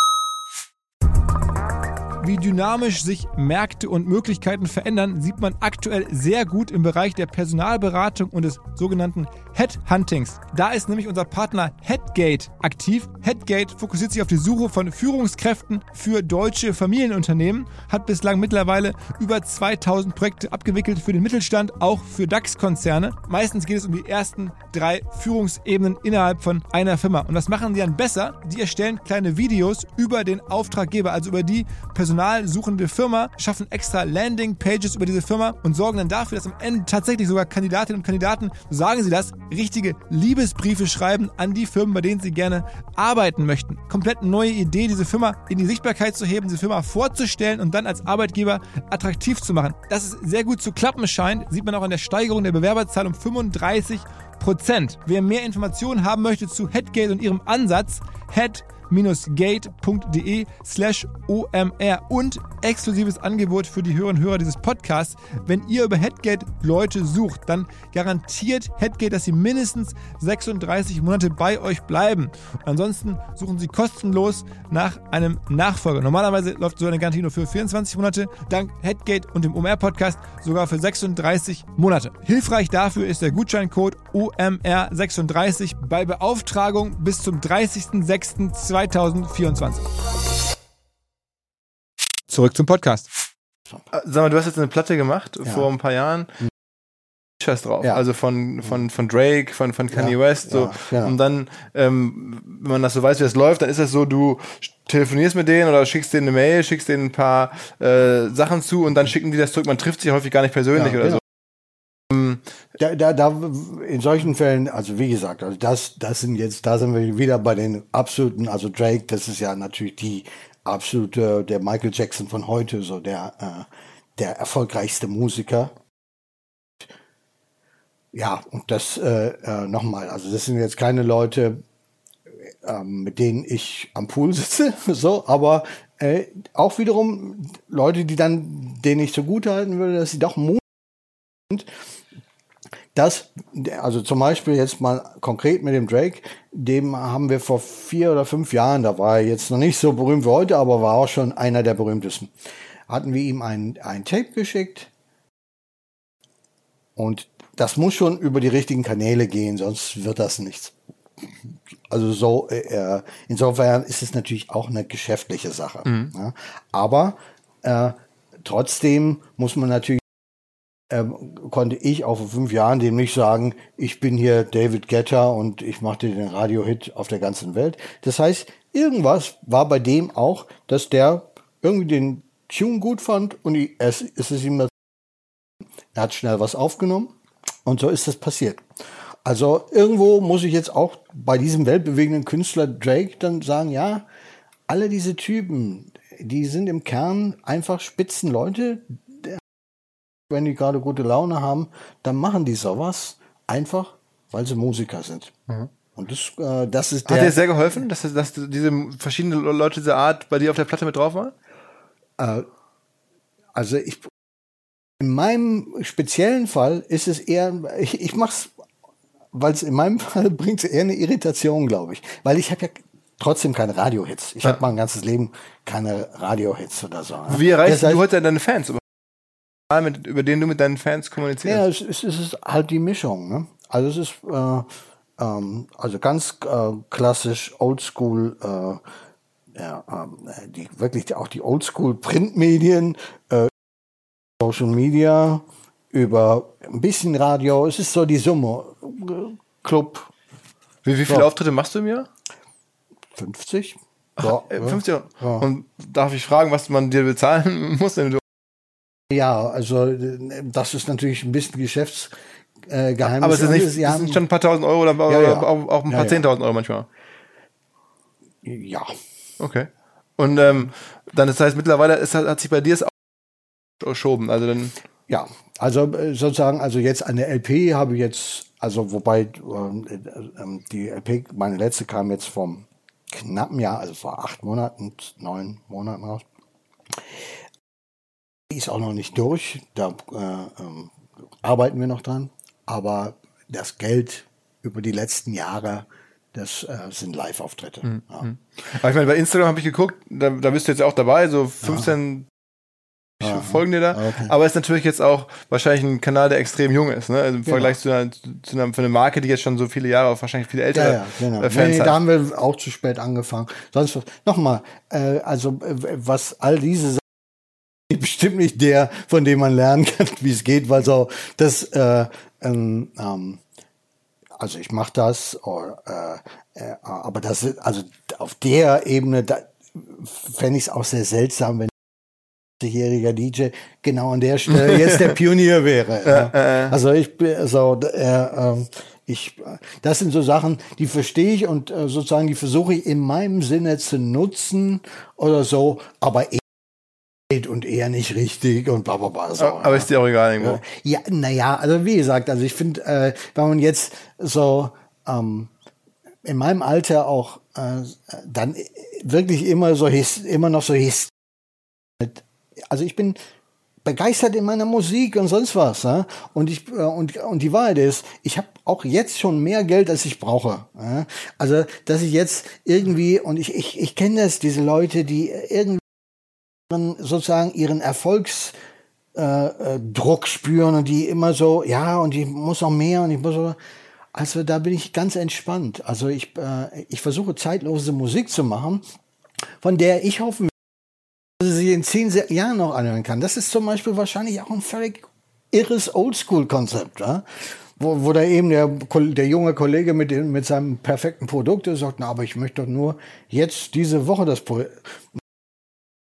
Wie dynamisch sich Märkte und Möglichkeiten verändern, sieht man aktuell sehr gut im Bereich der Personalberatung und des sogenannten Headhuntings. Da ist nämlich unser Partner Headgate aktiv. Headgate fokussiert sich auf die Suche von Führungskräften für deutsche Familienunternehmen, hat bislang mittlerweile über zweitausend Projekte abgewickelt für den Mittelstand, auch für DAX-Konzerne. Meistens geht es um die ersten drei Führungsebenen innerhalb von einer Firma. Und was machen die dann besser? Die erstellen kleine Videos über den Auftraggeber, also über die personalsuchende Firma, schaffen extra Landing-Pages über diese Firma und sorgen dann dafür, dass am Ende tatsächlich sogar Kandidatinnen und Kandidaten, so sagen sie das, richtige Liebesbriefe schreiben an die Firmen, bei denen sie gerne arbeiten möchten. Komplett neue Idee, diese Firma in die Sichtbarkeit zu heben, diese Firma vorzustellen und dann als Arbeitgeber attraktiv zu machen. Dass es sehr gut zu klappen scheint, sieht man auch an der Steigerung der Bewerberzahl um fünfunddreißig Prozent. Wer mehr Informationen haben möchte zu Headgate und ihrem Ansatz, head gate.de slash omr und exklusives Angebot für die Hörerinnen und Hörer dieses Podcasts. Wenn ihr über Headgate Leute sucht, dann garantiert Headgate, dass sie mindestens sechsunddreißig Monate bei euch bleiben. Und ansonsten suchen sie kostenlos nach einem Nachfolger. Normalerweise läuft so eine Garantie nur für vierundzwanzig Monate, dank Headgate und dem O M R-Podcast sogar für sechsunddreißig Monate. Hilfreich dafür ist der Gutscheincode O M R sechsunddreißig bei Beauftragung bis zum dreißigsten sechsten zweitausendvierundzwanzig. Zurück zum Podcast. Sag mal, du hast jetzt eine Platte gemacht ja. vor ein paar Jahren. Features drauf, ja. also von, von, von Drake, von, von Kanye ja. West. So. Ja. Ja. Und dann, ähm, wenn man das so weiß, wie das läuft, dann ist das so, du telefonierst mit denen oder schickst denen eine Mail, schickst denen ein paar äh, Sachen zu und dann schicken die das zurück. Man trifft sich häufig gar nicht persönlich ja, oder genau. so. Da, da, da, in solchen Fällen, also wie gesagt, also das, das sind jetzt, da sind wir wieder bei den absoluten, also Drake, das ist ja natürlich die absolute, der Michael Jackson von heute, so der, äh, der erfolgreichste Musiker. Ja, und das äh, äh, nochmal, also das sind jetzt keine Leute, äh, mit denen ich am Pool sitze, so, aber äh, auch wiederum Leute, die dann, denen ich zugute halten würde, dass sie doch mutig sind. Das, also zum Beispiel jetzt mal konkret mit dem Drake, dem haben wir vor vier oder fünf Jahren, da war er jetzt noch nicht so berühmt wie heute, aber war auch schon einer der berühmtesten, hatten wir ihm ein, ein Tape geschickt und das muss schon über die richtigen Kanäle gehen, sonst wird das nichts. Also so, äh, insofern ist es natürlich auch eine geschäftliche Sache. Mhm. Ja. Aber äh, trotzdem muss man natürlich, äh, konnte ich auch vor fünf Jahren dem nicht sagen, ich bin hier David Guetta und ich mache den Radio-Hit auf der ganzen Welt. Das heißt, irgendwas war bei dem auch, dass der irgendwie den Tune gut fand und ich, es, es ist ihm, er hat schnell was aufgenommen. Und so ist das passiert. Also irgendwo muss ich jetzt auch bei diesem weltbewegenden Künstler Drake dann sagen, ja, alle diese Typen, die sind im Kern einfach Spitzenleute. Wenn die gerade gute Laune haben, dann machen die sowas einfach, weil sie Musiker sind. Mhm. Und das, äh, das ist der... Hat dir sehr geholfen, dass, dass diese verschiedenen Leute dieser Art bei dir auf der Platte mit drauf waren? Äh, also ich... In meinem speziellen Fall ist es eher, ich, ich mach's, weil es in meinem Fall bringt es eher eine Irritation, glaube ich. Weil ich habe ja trotzdem keine Radio-Hits. Ich ja. habe mein ganzes Leben keine Radio-Hits oder so. Wie erreichst das heißt, du heute deine Fans? Mit, über den du mit deinen Fans kommunizierst? Ja, es, es, es ist halt die Mischung. Ne? Also es ist äh, ähm, also ganz äh, klassisch, oldschool, äh, ja, äh, die, wirklich auch die Oldschool-Printmedien, äh, Social Media, über ein bisschen Radio. Es ist so die Summe. Club. Wie, wie viele so. Auftritte machst du im Jahr? fünfzig. Ach, ja, fünfzig. Ja. Und darf ich fragen, was man dir bezahlen muss? Wenn du ja, also das ist natürlich ein bisschen Geschäftsgeheimnis. Äh, Aber es ist nicht, es sind schon ein paar tausend Euro oder ja, ja. Auch, auch ein paar ja, zehntausend ja. Euro manchmal. Ja. Okay. Und ähm, dann, das heißt, mittlerweile ist, hat sich bei dir es geschoben, also dann... Ja, also sozusagen, also jetzt eine L P habe ich jetzt, also wobei äh, die L P, meine letzte kam jetzt vom knappen Jahr, also vor acht Monaten, neun Monaten raus. Die ist auch noch nicht durch, da äh, ähm, arbeiten wir noch dran, aber das Geld über die letzten Jahre, das äh, sind Live-Auftritte. Mhm. Ja. Aber ich meine, bei Instagram habe ich geguckt, da, da bist du jetzt auch dabei, so fünfzehn ja. folgen dir da, okay. Aber ist natürlich jetzt auch wahrscheinlich ein Kanal, der extrem jung ist, ne? Also im genau. Vergleich zu einer, zu einer, für eine Marke, die jetzt schon so viele Jahre, wahrscheinlich viele ältere ja, ja, genau. Fans nee, hat. Da haben wir auch zu spät angefangen. Sonst nochmal, äh, also äh, was all diese Sachen, bestimmt nicht der, von dem man lernen kann, wie es geht, weil so das, äh, ähm, ähm, also ich mache das, or, äh, äh, aber das ist, also auf der Ebene, da fände ich es auch sehr seltsam, wenn jähriger D J genau an der Stelle jetzt der Pionier wäre. Ja. Also ich bin so, äh, äh, ich, das sind so Sachen, die verstehe ich und äh, sozusagen die versuche ich in meinem Sinne zu nutzen oder so, aber eher und eher nicht richtig und bla bla bla. So, aber ja. Ist dir auch egal irgendwo? Ja, naja, also wie gesagt, also ich finde, äh, wenn man jetzt so ähm, in meinem Alter auch äh, dann wirklich immer so immer noch so his also ich bin begeistert in meiner Musik und sonst was. Ja? Und, ich, und, und die Wahrheit ist, ich habe auch jetzt schon mehr Geld, als ich brauche. Ja? Also, dass ich jetzt irgendwie, und ich, ich, ich kenne das, diese Leute, die irgendwie sozusagen ihren Erfolgsdruck äh, spüren und die immer so, ja, und ich muss noch mehr und ich muss so. Also da bin ich ganz entspannt. Also ich, äh, ich versuche zeitlose Musik zu machen, von der ich hoffe, sie in zehn Jahren noch anhören kann. Das ist zum Beispiel wahrscheinlich auch ein völlig irres Oldschool-Konzept, ja? wo, wo da eben der, der junge Kollege mit, dem, mit seinem perfekten Produkt sagt, na, aber ich möchte doch nur jetzt diese Woche das Projekt.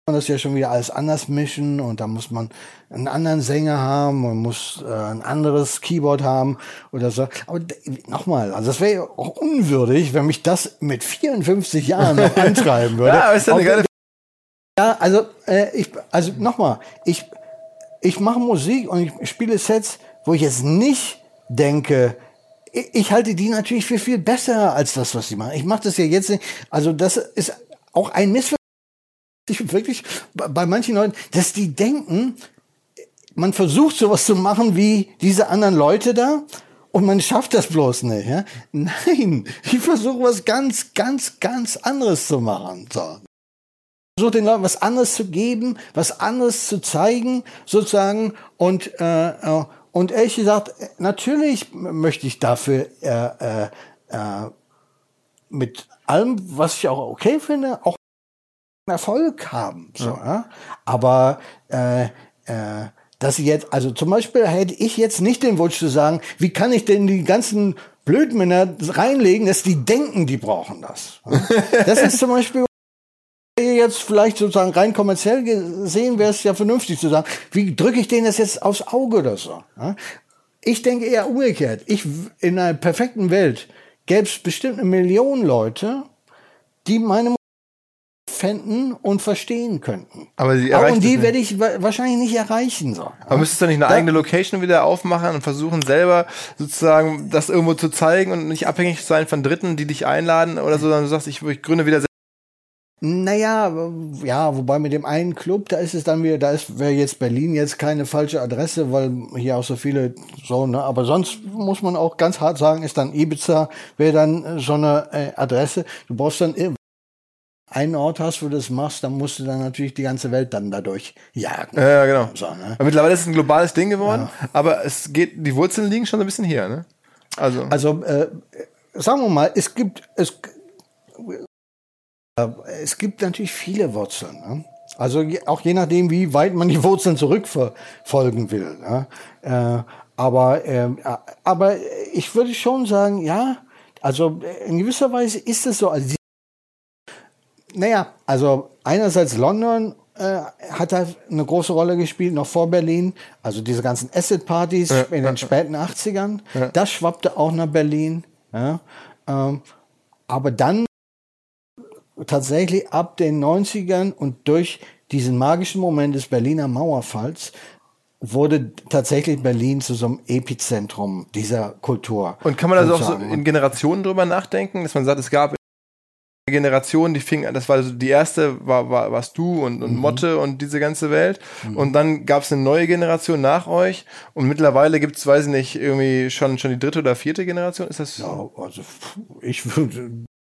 man das ja schon wieder alles anders mischen und da muss man einen anderen Sänger haben, man muss äh, ein anderes Keyboard haben oder so. Aber nochmal, also das wäre ja auch unwürdig, wenn mich das mit vierundfünfzig Jahren noch antreiben würde. Ja, aber ist ja eine geile Ja, also äh, ich, also nochmal, ich, ich mache Musik und ich spiele Sets, wo ich jetzt nicht denke, ich, ich halte die natürlich für viel besser als das, was sie machen. Ich mache das ja jetzt nicht, also das ist auch ein Missverständnis, wirklich bei manchen Leuten, dass die denken, man versucht sowas zu machen wie diese anderen Leute da und man schafft das bloß nicht. Ja? Nein, ich versuche was ganz, ganz, ganz anderes zu machen. So. Ich versuche den Leuten was anderes zu geben, was anderes zu zeigen, sozusagen. Und, äh, und ehrlich gesagt, natürlich möchte ich dafür äh, äh, äh, mit allem, was ich auch okay finde, auch Erfolg haben. So, ja. Ja? Aber äh, äh, dass ich jetzt, also zum Beispiel hätte ich jetzt nicht den Wunsch zu sagen, wie kann ich denn die ganzen Blödmänner reinlegen, dass die denken, die brauchen das. Ja? Das ist zum Beispiel jetzt vielleicht sozusagen rein kommerziell gesehen, wäre es ja vernünftig zu sagen, wie drücke ich denen das jetzt aufs Auge oder so. Ja? Ich denke eher umgekehrt. Ich, in einer perfekten Welt gäbe es bestimmt eine Million Leute, die meine fänden und verstehen könnten. Aber sie erreicht und die werde ich wa- wahrscheinlich nicht erreichen. So. Aber müsstest du nicht eine Da- eigene Location wieder aufmachen und versuchen selber sozusagen das irgendwo zu zeigen und nicht abhängig sein von Dritten, die dich einladen oder so, sondern du sagst, ich, ich gründe wieder selbst. Naja, ja, wobei mit dem einen Club, da ist es dann wieder, da ist, wäre jetzt Berlin jetzt keine falsche Adresse, weil hier auch so viele so, ne, aber sonst muss man auch ganz hart sagen, ist dann Ibiza, wäre dann äh, so eine äh, Adresse. Du brauchst dann äh, einen Ort hast, wo du das machst, dann musst du dann natürlich die ganze Welt dann dadurch jagen. Ja, genau. So, ne? Aber mittlerweile ist es ein globales Ding geworden, ja. Aber es geht, die Wurzeln liegen schon so ein bisschen hier, ne? Also, also äh, sagen wir mal, es gibt es äh, es gibt natürlich viele Wurzeln. Ne? Also je, auch je nachdem, wie weit man die Wurzeln zurückverfolgen will. Ne? Äh, aber äh, aber ich würde schon sagen, ja, also in gewisser Weise ist es so. Also Naja, also einerseits London äh, hat da eine große Rolle gespielt, noch vor Berlin. Also diese ganzen Acid-Partys ja, in den ja, späten achtzigern, ja. Das schwappte auch nach Berlin. Ja. Ähm, aber dann tatsächlich ab den neunzigern und durch diesen magischen Moment des Berliner Mauerfalls wurde tatsächlich Berlin zu so einem Epizentrum dieser Kultur. Und kann man also auch so in Generationen drüber nachdenken, dass man sagt, es gab Generation, die fing, das war so die erste, war, war warst du und, und mhm. Motte und diese ganze Welt. Mhm. Und dann gab es eine neue Generation nach euch und mittlerweile gibt es, weiß ich nicht, irgendwie schon, schon die dritte oder vierte Generation. Ist das? Ja, also ich würde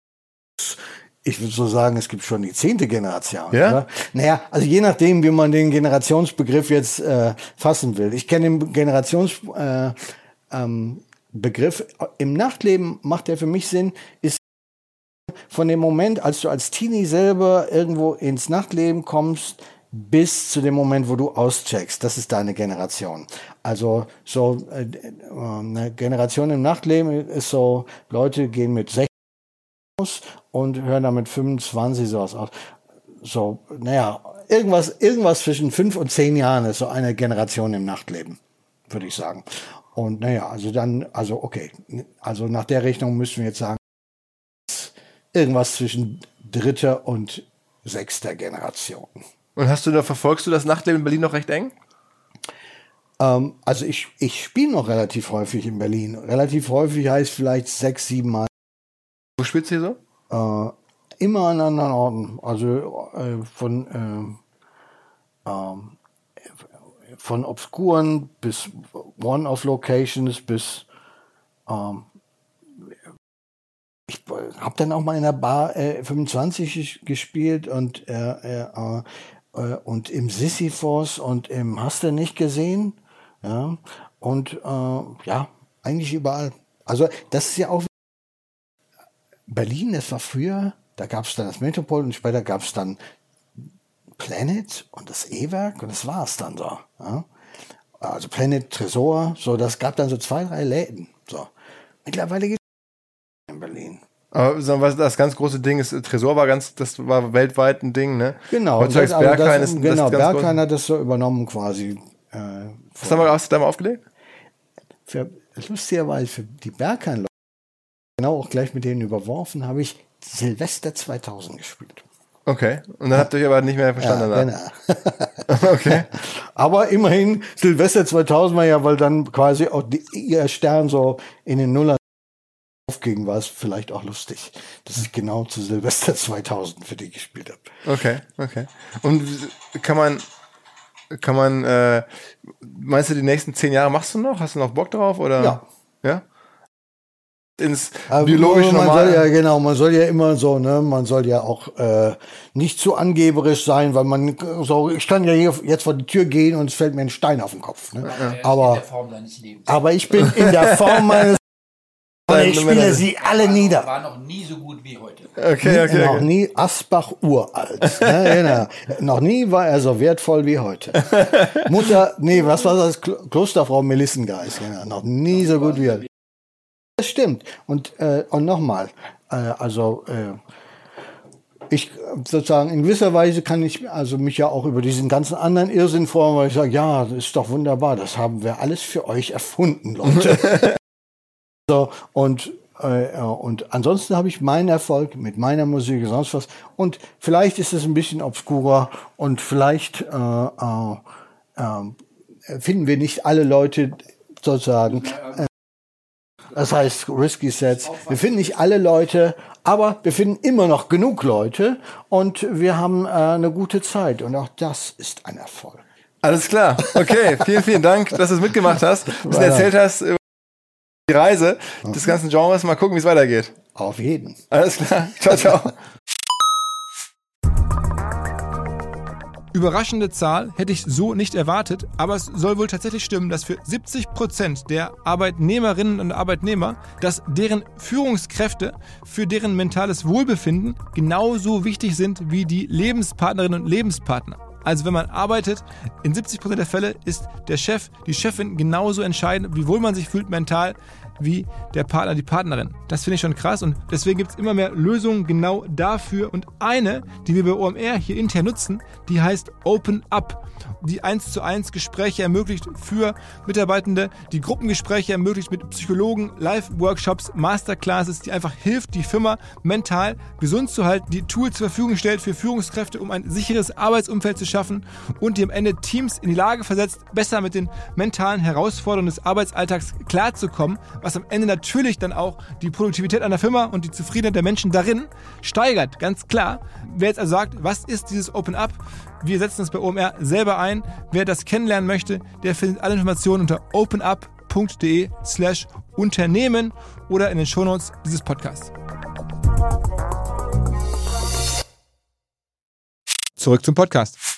ich würde so sagen, es gibt schon die zehnte Generation. Ja? Oder? Naja, also je nachdem, wie man den Generationsbegriff jetzt äh, fassen will. Ich kenne den Generationsbegriff äh, ähm, Begriff. Im Nachtleben macht der für mich Sinn, ist von dem Moment, als du als Teenie selber irgendwo ins Nachtleben kommst, bis zu dem Moment, wo du auscheckst. Das ist deine Generation. Also so äh, eine Generation im Nachtleben ist so, Leute gehen mit sechzehn aus und hören dann mit fünfundzwanzig sowas aus. So, naja, irgendwas, irgendwas zwischen fünf und zehn Jahren ist so eine Generation im Nachtleben, würde ich sagen. Und naja, also dann, also okay, also nach der Rechnung müssen wir jetzt sagen, irgendwas zwischen dritter und sechster Generation. Und hast du da, verfolgst du das Nachtleben in Berlin noch recht eng? Ähm, also ich, ich spiele noch relativ häufig in Berlin. Relativ häufig heißt vielleicht sechs, sieben Mal. Wo spielst du hier so? Äh, immer an anderen Orten. Also äh, von äh, äh, von Obskuren bis One-Off-Locations bis ähm, ich habe dann auch mal in der Bar äh, fünfundzwanzig gespielt und äh, äh, äh, und im Sisyphos und im Hast du nicht gesehen, ja, und äh, ja, eigentlich überall. Also das ist ja auch Berlin, das war früher, da gab es dann das Metropol und später gab es dann Planet und das E-Werk und das war es dann so. Ja? Also Planet, Tresor, so, das gab dann so zwei, drei Läden. So. Mittlerweile gibt es in Berlin. Ah, Aber sagen wir, das ganz große Ding ist, Tresor war ganz, das war weltweit ein Ding, ne? Genau. Heutzutage ist also Berghain das, ist genau, das ganz Berghain groß. hat das so übernommen quasi. Äh, Was haben wir, hast du da mal aufgelegt? für, lustigerweise für die Berghain-Leute, genau auch gleich mit denen überworfen, habe ich Silvester zweitausend gespielt. Okay. Und dann habt ihr euch aber nicht mehr verstanden. Ja, genau. Okay. Aber immerhin, Silvester zweitausend war ja, weil dann quasi auch die, ihr Stern so in den Nullern aufging, war es vielleicht auch lustig, dass ich genau zu Silvester zweitausend für die gespielt habe. Okay, okay. Und kann man, kann man, äh, meinst du, die nächsten zehn Jahre machst du noch? Hast du noch Bock drauf? Oder? Ja. Ja? Ins Aber biologische man Normal. soll ja, genau, man soll ja immer so, ne, man soll ja auch äh, nicht zu angeberisch sein, weil man so, ich kann ja hier jetzt vor die Tür gehen und es fällt mir ein Stein auf den Kopf. Ne? Ja. Aber, In der Form seines Lebens. aber ich bin in der Form meines und ich spiele sie alle nieder. War noch nie so gut wie heute. Okay, okay, Noch okay. nie Asbach uralt. Ne, genau. Noch nie war er so wertvoll wie heute. Mutter, nee, was war das? Klo- Klosterfrau Melissengeist. Genau. Noch nie so gut wie heute. Das stimmt. Und, äh, und nochmal, äh, also äh, ich sozusagen in gewisser Weise kann ich also mich ja auch über diesen ganzen anderen Irrsinn freuen, weil ich sage, ja, das ist doch wunderbar, das haben wir alles für euch erfunden, Leute. So, und, äh, und ansonsten habe ich meinen Erfolg mit meiner Musik und sonst was. Und vielleicht ist es ein bisschen obskurer und vielleicht äh, äh, äh, finden wir nicht alle Leute sozusagen. Äh, das heißt Risky Sets. Wir finden nicht alle Leute, aber wir finden immer noch genug Leute und wir haben äh, eine gute Zeit. Und auch das ist ein Erfolg. Alles klar. Okay, vielen, vielen Dank, dass du es mitgemacht hast, ein bisschen erzählt hast über die Reise des ganzen Genres. Mal gucken, wie es weitergeht. Auf jeden. Alles klar. Ciao, ciao. Überraschende Zahl hätte ich so nicht erwartet, aber es soll wohl tatsächlich stimmen, dass für siebzig Prozent der Arbeitnehmerinnen und Arbeitnehmer, dass deren Führungskräfte für deren mentales Wohlbefinden genauso wichtig sind wie die Lebenspartnerinnen und Lebenspartner. Also wenn man arbeitet, in siebzig Prozent der Fälle ist der Chef, die Chefin genauso entscheidend, wie wohl man sich fühlt mental, wie der Partner, die Partnerin. Das finde ich schon krass und deswegen gibt es immer mehr Lösungen genau dafür. Und eine, die wir bei O M R hier intern nutzen, die heißt Open Up, die eins zu eins Gespräche ermöglicht für Mitarbeitende, die Gruppengespräche ermöglicht mit Psychologen, Live-Workshops, Masterclasses, die einfach hilft, die Firma mental gesund zu halten, die Tools zur Verfügung stellt für Führungskräfte, um ein sicheres Arbeitsumfeld zu schaffen und die am Ende Teams in die Lage versetzt, besser mit den mentalen Herausforderungen des Arbeitsalltags klarzukommen, was am Ende natürlich dann auch die Produktivität einer Firma und die Zufriedenheit der Menschen darin steigert, ganz klar. Wer jetzt also sagt, was ist dieses Open Up? Wir setzen es bei O M R selber ein. Wer das kennenlernen möchte, der findet alle Informationen unter openup.de slash Unternehmen oder in den Shownotes dieses Podcasts. Zurück zum Podcast.